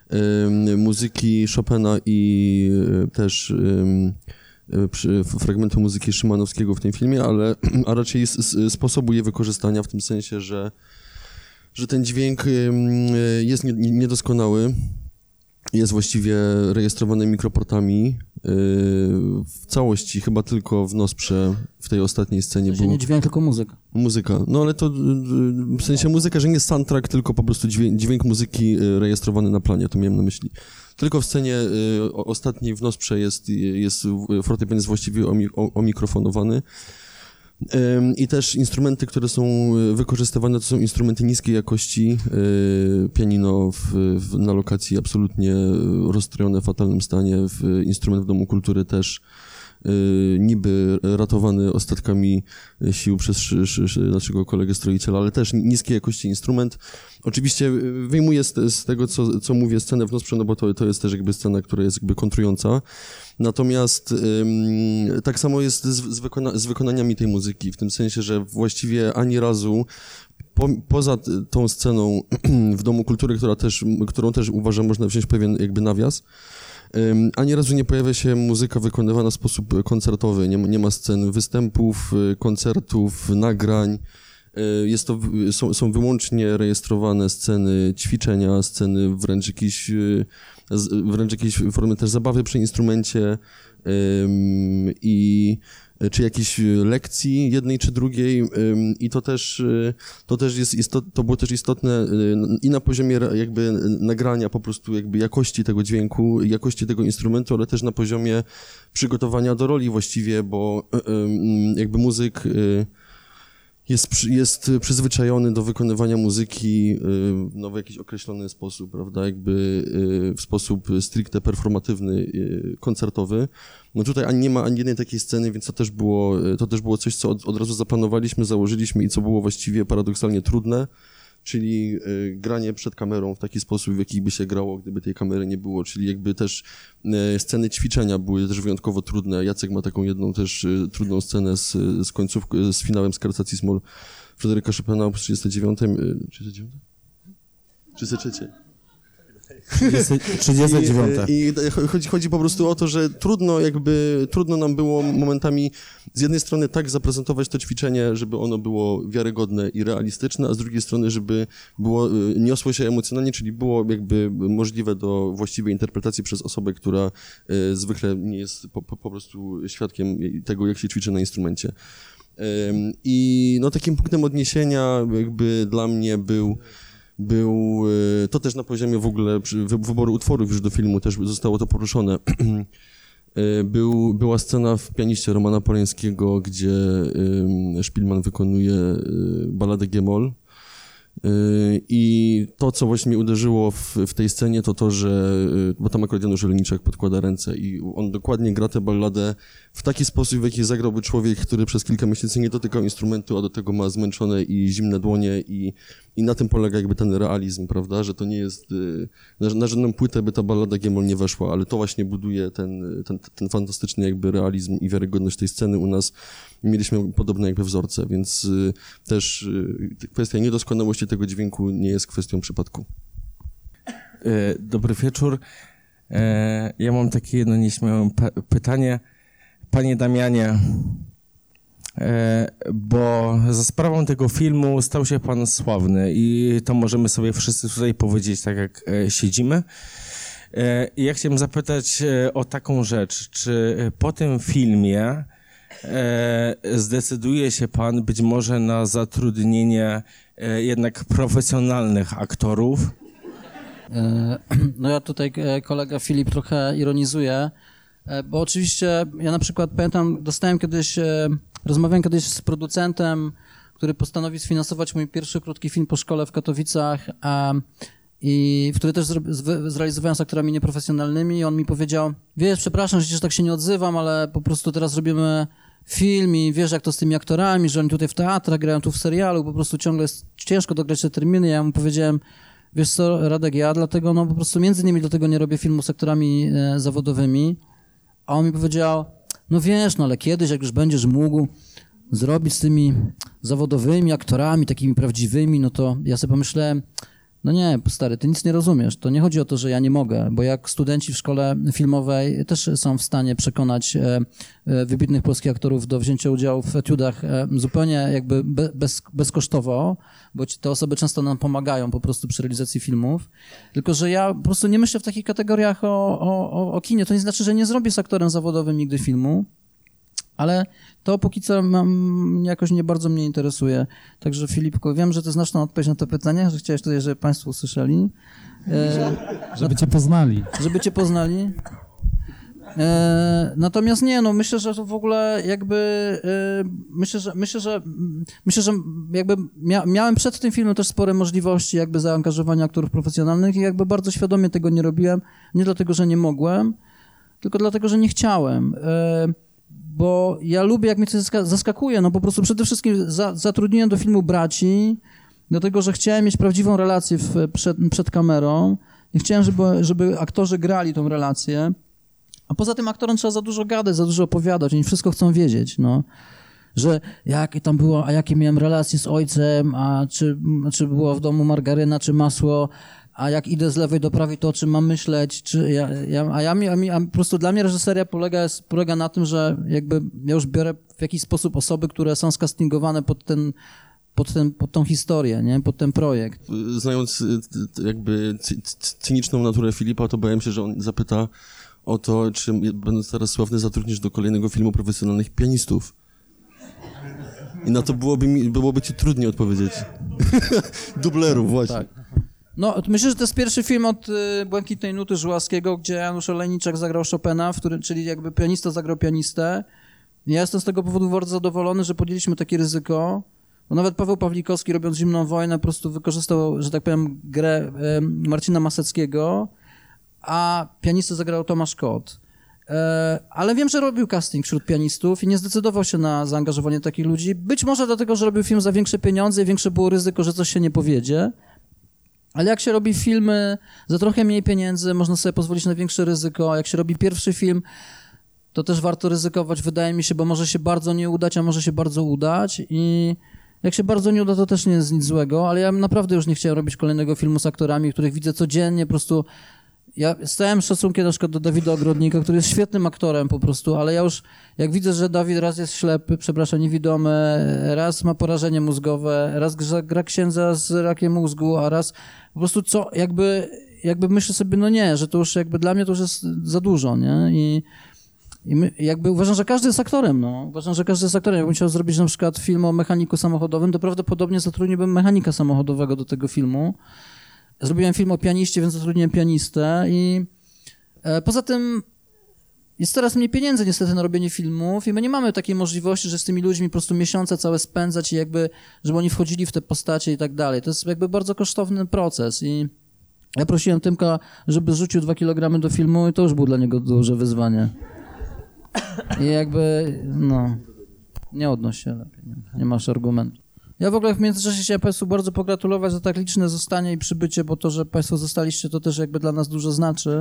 muzyki Chopina i też fragmentu muzyki Szymanowskiego w tym filmie, a raczej sposobu jej wykorzystania w tym sensie, że ten dźwięk jest niedoskonały, jest właściwie rejestrowany mikroportami w całości, chyba tylko w Nosprze w tej ostatniej scenie był... Nie dźwięk, tylko muzyka. Muzyka, ale to w sensie muzyka, że nie soundtrack, tylko po prostu dźwięk muzyki rejestrowany na planie, to miałem na myśli. Tylko w scenie ostatniej w Nosprze jest fortepian jest właściwie omikrofonowany. I też instrumenty, które są wykorzystywane, to są instrumenty niskiej jakości. Pianino na lokacji absolutnie rozstrojone w fatalnym stanie. Instrument w Domu Kultury też niby ratowany ostatkami sił przez naszego kolegę stroiciela, ale też niskiej jakości instrument. Oczywiście wyjmuję z tego, co mówię, scenę w Nosprze, no bo to jest też jakby scena, która jest jakby kontrująca. Natomiast tak samo jest z wykonaniami tej muzyki, w tym sensie, że właściwie ani razu poza tą sceną w Domu Kultury, którą też uważam, można wziąć pewien jakby nawias, ani razu nie pojawia się muzyka wykonywana w sposób koncertowy. Nie ma scen występów, koncertów, nagrań. Są wyłącznie rejestrowane sceny ćwiczenia, sceny wręcz jakiejś formy też zabawy przy instrumencie czy jakiejś lekcji jednej czy drugiej i to było też istotne i na poziomie jakby nagrania po prostu jakby jakości tego dźwięku, jakości tego instrumentu, ale też na poziomie przygotowania do roli właściwie, bo jakby muzyk jest przyzwyczajony do wykonywania muzyki w jakiś określony sposób, prawda, jakby w sposób stricte performatywny, koncertowy. No tutaj nie ma ani jednej takiej sceny, więc to też było coś, co od razu zaplanowaliśmy, założyliśmy i co było właściwie paradoksalnie trudne, czyli granie przed kamerą w taki sposób, w jaki by się grało, gdyby tej kamery nie było, czyli jakby też sceny ćwiczenia były też wyjątkowo trudne. Jacek ma taką jedną też trudną scenę z finałem Scartatis Moll Fryderyka Chopina w 39. 33. 39. I chodzi po prostu o to, że trudno nam było momentami z jednej strony tak zaprezentować to ćwiczenie, żeby ono było wiarygodne i realistyczne, a z drugiej strony, żeby niosło się emocjonalnie, czyli było jakby możliwe do właściwej interpretacji przez osobę, która zwykle nie jest po prostu świadkiem tego, jak się ćwiczy na instrumencie. I takim punktem odniesienia jakby dla mnie był to też na poziomie w ogóle wyboru utworów już do filmu też zostało to poruszone. Była scena w Pianiście Romana Polańskiego, gdzie Szpilman wykonuje balladę G-moll. I to, co właśnie mnie uderzyło w tej scenie, to, że bo tam akurat Janusz Olejniczak podkłada ręce i on dokładnie gra tę balladę w taki sposób, w jaki zagrałby człowiek, który przez kilka miesięcy nie dotykał instrumentu, a do tego ma zmęczone i zimne dłonie i na tym polega jakby ten realizm, prawda, że to nie jest, na żadną płytę by ta ballada G-moll nie weszła, ale to właśnie buduje ten fantastyczny jakby realizm i wiarygodność tej sceny u nas. Mieliśmy podobne jakby wzorce, więc też kwestia niedoskonałości tego dźwięku nie jest kwestią przypadku. Dobry wieczór. Ja mam takie jedno nieśmiałe pytanie. Panie Damianie, bo za sprawą tego filmu stał się pan sławny i to możemy sobie wszyscy tutaj powiedzieć, tak jak siedzimy. I ja chciałem zapytać o taką rzecz, czy po tym filmie zdecyduje się pan być może na zatrudnienie jednak profesjonalnych aktorów? No ja tutaj kolega Filip trochę ironizuje, bo oczywiście ja na przykład pamiętam, rozmawiałem kiedyś z producentem, który postanowił sfinansować mój pierwszy krótki film po szkole w Katowicach, i który też zrealizowałem z aktorami nieprofesjonalnymi i on mi powiedział, wiesz, przepraszam, że tak się nie odzywam, ale po prostu teraz robimy film i wiesz, jak to z tymi aktorami, że oni tutaj w teatrach grają, tu w serialu, po prostu ciągle jest ciężko dograć te terminy. Ja mu powiedziałem, wiesz co, Radek, ja dlatego, po prostu między innymi dlatego nie robię filmu z aktorami zawodowymi, a on mi powiedział, no wiesz, ale kiedyś, jak już będziesz mógł zrobić z tymi zawodowymi aktorami, takimi prawdziwymi, no to ja sobie pomyślałem, no nie, stary, ty nic nie rozumiesz. To nie chodzi o to, że ja nie mogę, bo jak studenci w szkole filmowej też są w stanie przekonać wybitnych polskich aktorów do wzięcia udziału w etiudach zupełnie jakby bezkosztowo, bo te osoby często nam pomagają po prostu przy realizacji filmów. Tylko że ja po prostu nie myślę w takich kategoriach o kinie. To nie znaczy, że nie zrobię z aktorem zawodowym nigdy filmu, ale to póki co jakoś nie bardzo mnie interesuje. Także Filipku, wiem, że ty znasz tą odpowiedź na to pytanie, że chciałeś tutaj, żeby państwo usłyszeli. Żeby cię poznali. Żeby cię poznali. Natomiast nie, myślę, że to w ogóle jakby myślę, że jakby miałem przed tym filmem też spore możliwości jakby zaangażowania aktorów profesjonalnych i jakby bardzo świadomie tego nie robiłem. Nie dlatego, że nie mogłem, tylko dlatego, że nie chciałem. bo ja lubię, jak mnie coś zaskakuje, no po prostu przede wszystkim zatrudniłem do filmu braci, dlatego, że chciałem mieć prawdziwą relację przed kamerą, nie chciałem, żeby aktorzy grali tą relację, a poza tym aktorom trzeba za dużo gadać, za dużo opowiadać, oni wszystko chcą wiedzieć, no. Że jakie tam było, a jakie miałem relacje z ojcem, a czy było w domu margaryna, czy masło, a jak idę z lewej do prawej, to o czym mam myśleć, a po prostu dla mnie reżyseria polega na tym, że jakby ja już biorę w jakiś sposób osoby, które są skastingowane pod tą historię, nie? Pod ten projekt. Znając jakby cyniczną naturę Filipa, to bałem się, że on zapyta o to, czy będąc teraz sławny, zatrudnisz do kolejnego filmu profesjonalnych pianistów. I na to byłoby ci trudniej odpowiedzieć. Dublerów, właśnie. Tak. No, myślę, że to jest pierwszy film od Błękitnej Nuty Żuławskiego, gdzie Janusz Olejniczak zagrał Chopina, czyli jakby pianista zagrał pianistę. Ja jestem z tego powodu bardzo zadowolony, że podjęliśmy takie ryzyko, bo nawet Paweł Pawlikowski, robiąc Zimną wojnę, po prostu wykorzystał, że tak powiem, grę Marcina Maseckiego, a pianistę zagrał Tomasz Kot. Ale wiem, że robił casting wśród pianistów i nie zdecydował się na zaangażowanie takich ludzi. Być może dlatego, że robił film za większe pieniądze i większe było ryzyko, że coś się nie powiedzie. Ale jak się robi filmy za trochę mniej pieniędzy, można sobie pozwolić na większe ryzyko. Jak się robi pierwszy film, to też warto ryzykować, wydaje mi się, bo może się bardzo nie udać, a może się bardzo udać. I jak się bardzo nie uda, to też nie jest nic złego, ale ja naprawdę już nie chciałem robić kolejnego filmu z aktorami, których widzę codziennie, po prostu. Ja z całym szacunkiem na przykład do Dawida Ogrodnika, który jest świetnym aktorem po prostu, ale ja już jak widzę, że Dawid raz jest ślepy, niewidomy, raz ma porażenie mózgowe, raz gra księdza z rakiem mózgu, a raz po prostu jakby myślę sobie, no nie, że to już jakby dla mnie to już jest za dużo, nie? I jakby uważam, że każdy jest aktorem, no. Uważam, że każdy jest aktorem. Jakbym chciał zrobić na przykład film o mechaniku samochodowym, to prawdopodobnie zatrudniłbym mechanika samochodowego do tego filmu. Zrobiłem film o pianiście, więc zatrudniłem pianistę i poza tym jest coraz mniej pieniędzy niestety na robienie filmów i my nie mamy takiej możliwości, że z tymi ludźmi po prostu miesiące całe spędzać i jakby, żeby oni wchodzili w te postacie i tak dalej. To jest jakby bardzo kosztowny proces i ja prosiłem Tymka, żeby zrzucił 2 kg do filmu i to już było dla niego duże wyzwanie. I jakby, no, nie odnoś się lepiej, nie masz argumentu. Ja w ogóle w międzyczasie chciałem Państwu bardzo pogratulować za tak liczne zostanie i przybycie, bo to, że Państwo zostaliście, to też jakby dla nas dużo znaczy,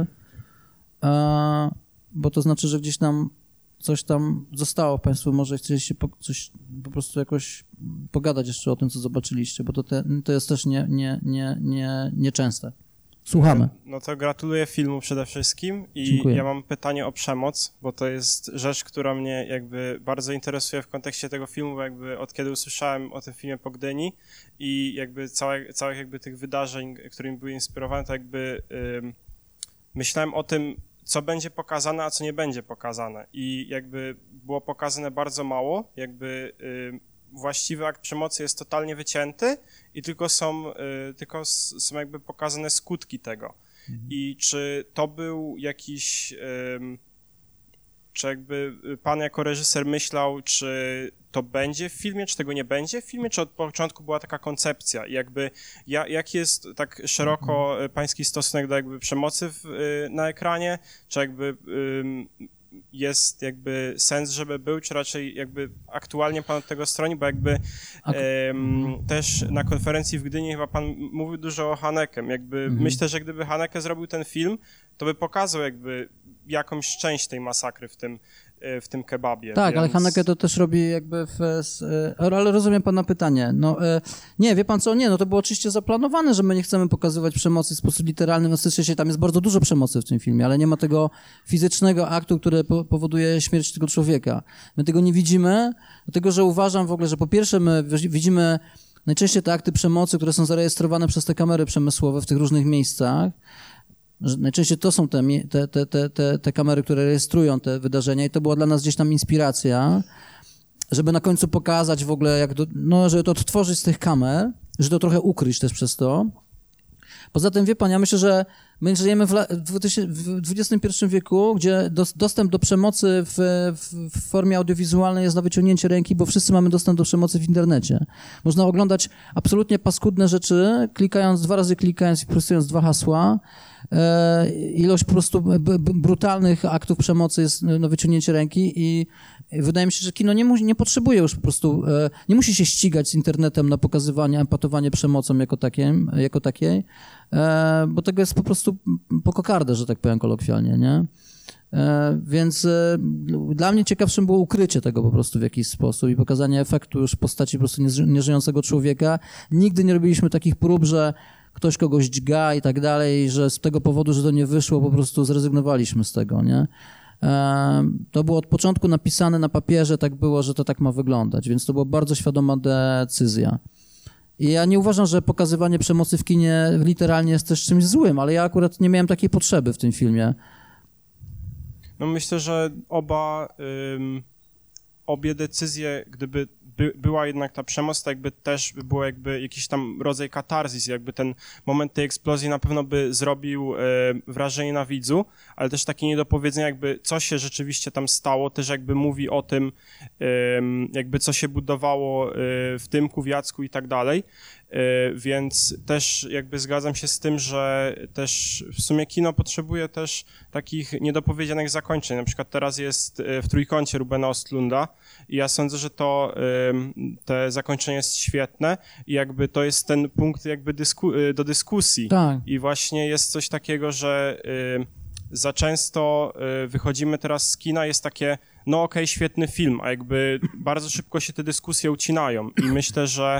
bo to znaczy, że gdzieś nam coś tam zostało Państwu, może chcieliście coś po prostu jakoś pogadać jeszcze o tym, co zobaczyliście, bo to jest też nieczęste. Słuchamy. No to gratuluję filmu przede wszystkim i Dziękuję. Ja mam pytanie o przemoc, bo to jest rzecz, która mnie jakby bardzo interesuje w kontekście tego filmu, bo jakby od kiedy usłyszałem o tym filmie po Gdyni i jakby całych jakby tych wydarzeń, którymi były inspirowane, to jakby myślałem o tym, co będzie pokazane, a co nie będzie pokazane i jakby było pokazane bardzo mało, jakby właściwy akt przemocy jest totalnie wycięty i tylko są jakby pokazane skutki tego. I czy to był jakiś, czy jakby pan jako reżyser myślał, czy to będzie w filmie, czy tego nie będzie w filmie, czy od początku była taka koncepcja i jakby jaki jest tak szeroko pański stosunek do jakby przemocy na ekranie, czy jakby jest jakby sens, żeby był, czy raczej jakby aktualnie pan od tego stroni, bo jakby też na konferencji w Gdyni chyba pan mówił dużo o Hanekem, jakby myślę, że gdyby Haneke zrobił ten film, to by pokazał jakby jakąś część tej masakry w tym kebabie. Tak, więc... ale Haneke to też robi jakby ale rozumiem pana pytanie. No, nie, wie pan co, nie, no to było oczywiście zaplanowane, że my nie chcemy pokazywać przemocy w sposób literalny, no w sensie tam jest bardzo dużo przemocy w tym filmie, ale nie ma tego fizycznego aktu, który powoduje śmierć tego człowieka. My tego nie widzimy, dlatego że uważam w ogóle, że po pierwsze my widzimy najczęściej te akty przemocy, które są zarejestrowane przez te kamery przemysłowe w tych różnych miejscach. Najczęściej to są te kamery, które rejestrują te wydarzenia i to była dla nas gdzieś tam inspiracja, żeby na końcu pokazać w ogóle, żeby to odtworzyć z tych kamer, żeby to trochę ukryć też przez to. Poza tym, wie pan, ja myślę, że My żyjemy w XXI wieku, gdzie dostęp do przemocy w formie audiowizualnej jest na wyciągnięcie ręki, bo wszyscy mamy dostęp do przemocy w internecie. Można oglądać absolutnie paskudne rzeczy, dwa razy klikając i wpisując 2 hasła. Ilość po prostu brutalnych aktów przemocy jest na wyciągnięcie ręki i wydaje mi się, że kino nie potrzebuje już po prostu, nie musi się ścigać z internetem na pokazywanie, empatowanie przemocą jako takiej, bo tego jest po prostu po kokardę, że tak powiem kolokwialnie, nie? Więc dla mnie ciekawszym było ukrycie tego po prostu w jakiś sposób i pokazanie efektu już w postaci po prostu nieżyjącego człowieka. Nigdy nie robiliśmy takich prób, że ktoś kogoś dźga i tak dalej, że z tego powodu, że to nie wyszło, po prostu zrezygnowaliśmy z tego, nie? To było od początku napisane na papierze, tak było, że to tak ma wyglądać, więc to była bardzo świadoma decyzja. I ja nie uważam, że pokazywanie przemocy w kinie literalnie jest też czymś złym, ale ja akurat nie miałem takiej potrzeby w tym filmie. No myślę, że obie decyzje, gdyby była jednak ta przemoc, to jakby też by było jakby jakiś tam rodzaj katarzis, jakby ten moment tej eksplozji na pewno by zrobił wrażenie na widzu, ale też takie niedopowiedzenie jakby co się rzeczywiście tam stało, też jakby mówi o tym jakby co się budowało w Tymku, w Jacku i tak dalej, więc też jakby zgadzam się z tym, że też w sumie kino potrzebuje też takich niedopowiedzianych zakończeń, na przykład teraz jest w Trójkącie Rubena Östlunda i ja sądzę, że to te zakończenie jest świetne i jakby to jest ten punkt jakby do dyskusji. Tak. I właśnie jest coś takiego, że za często wychodzimy teraz z kina, jest takie, no okej, świetny film, a jakby bardzo szybko się te dyskusje ucinają i myślę, że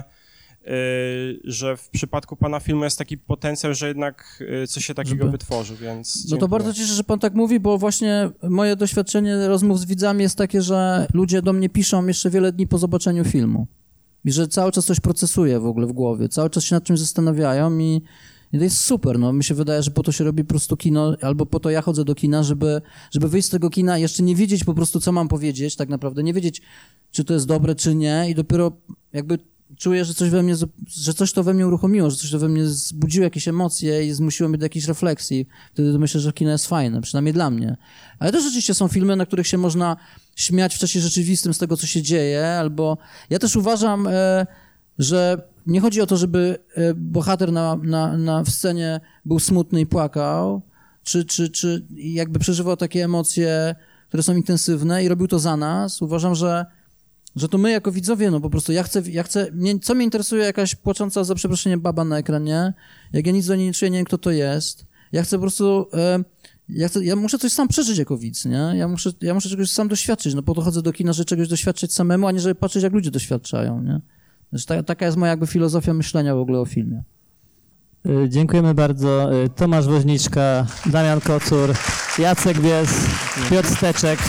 w przypadku pana filmu jest taki potencjał, że jednak coś się takiego wytworzy, więc dziękuję. No to bardzo cieszę, że pan tak mówi, bo właśnie moje doświadczenie rozmów z widzami jest takie, że ludzie do mnie piszą jeszcze wiele dni po zobaczeniu filmu i że cały czas coś procesuje w ogóle w głowie, cały czas się nad czymś zastanawiają i to jest super, no mi się wydaje, że po to się robi po prostu kino, albo po to ja chodzę do kina, żeby wyjść z tego kina i jeszcze nie wiedzieć po prostu, co mam powiedzieć, tak naprawdę, nie wiedzieć, czy to jest dobre, czy nie i dopiero jakby czuję, że coś to we mnie uruchomiło, że coś to we mnie zbudziło jakieś emocje i zmusiło mnie do jakiejś refleksji. Wtedy myślę, że kino jest fajne, przynajmniej dla mnie. Ale też rzeczywiście są filmy, na których się można śmiać w czasie rzeczywistym z tego, co się dzieje, albo ja też uważam, że nie chodzi o to, żeby bohater w scenie był smutny i płakał, czy jakby przeżywał takie emocje, które są intensywne i robił to za nas. Uważam, że to my jako widzowie, no po prostu co mnie interesuje, jakaś płacząca, za przeproszeniem, baba na ekranie, jak ja nic do niej nie czuję, nie wiem, kto to jest. Ja chcę po prostu, ja muszę coś sam przeżyć jako widz, nie? Ja muszę czegoś sam doświadczyć, no po to chodzę do kina, żeby czegoś doświadczyć samemu, a nie żeby patrzeć, jak ludzie doświadczają, nie? Znaczy, taka jest moja jakby filozofia myślenia w ogóle o filmie. Dziękujemy bardzo. Tomasz Woźniczka, Damian Kocur, Jacek Bies, Piotr Steczek.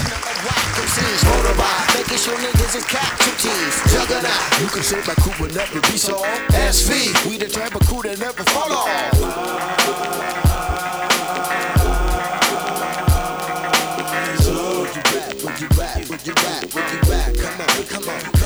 Making sure niggas is casualties. Juggernaut, you can say my crew will never be so. SV, we the type of crew that never fall off. Would you back? Come on, come on.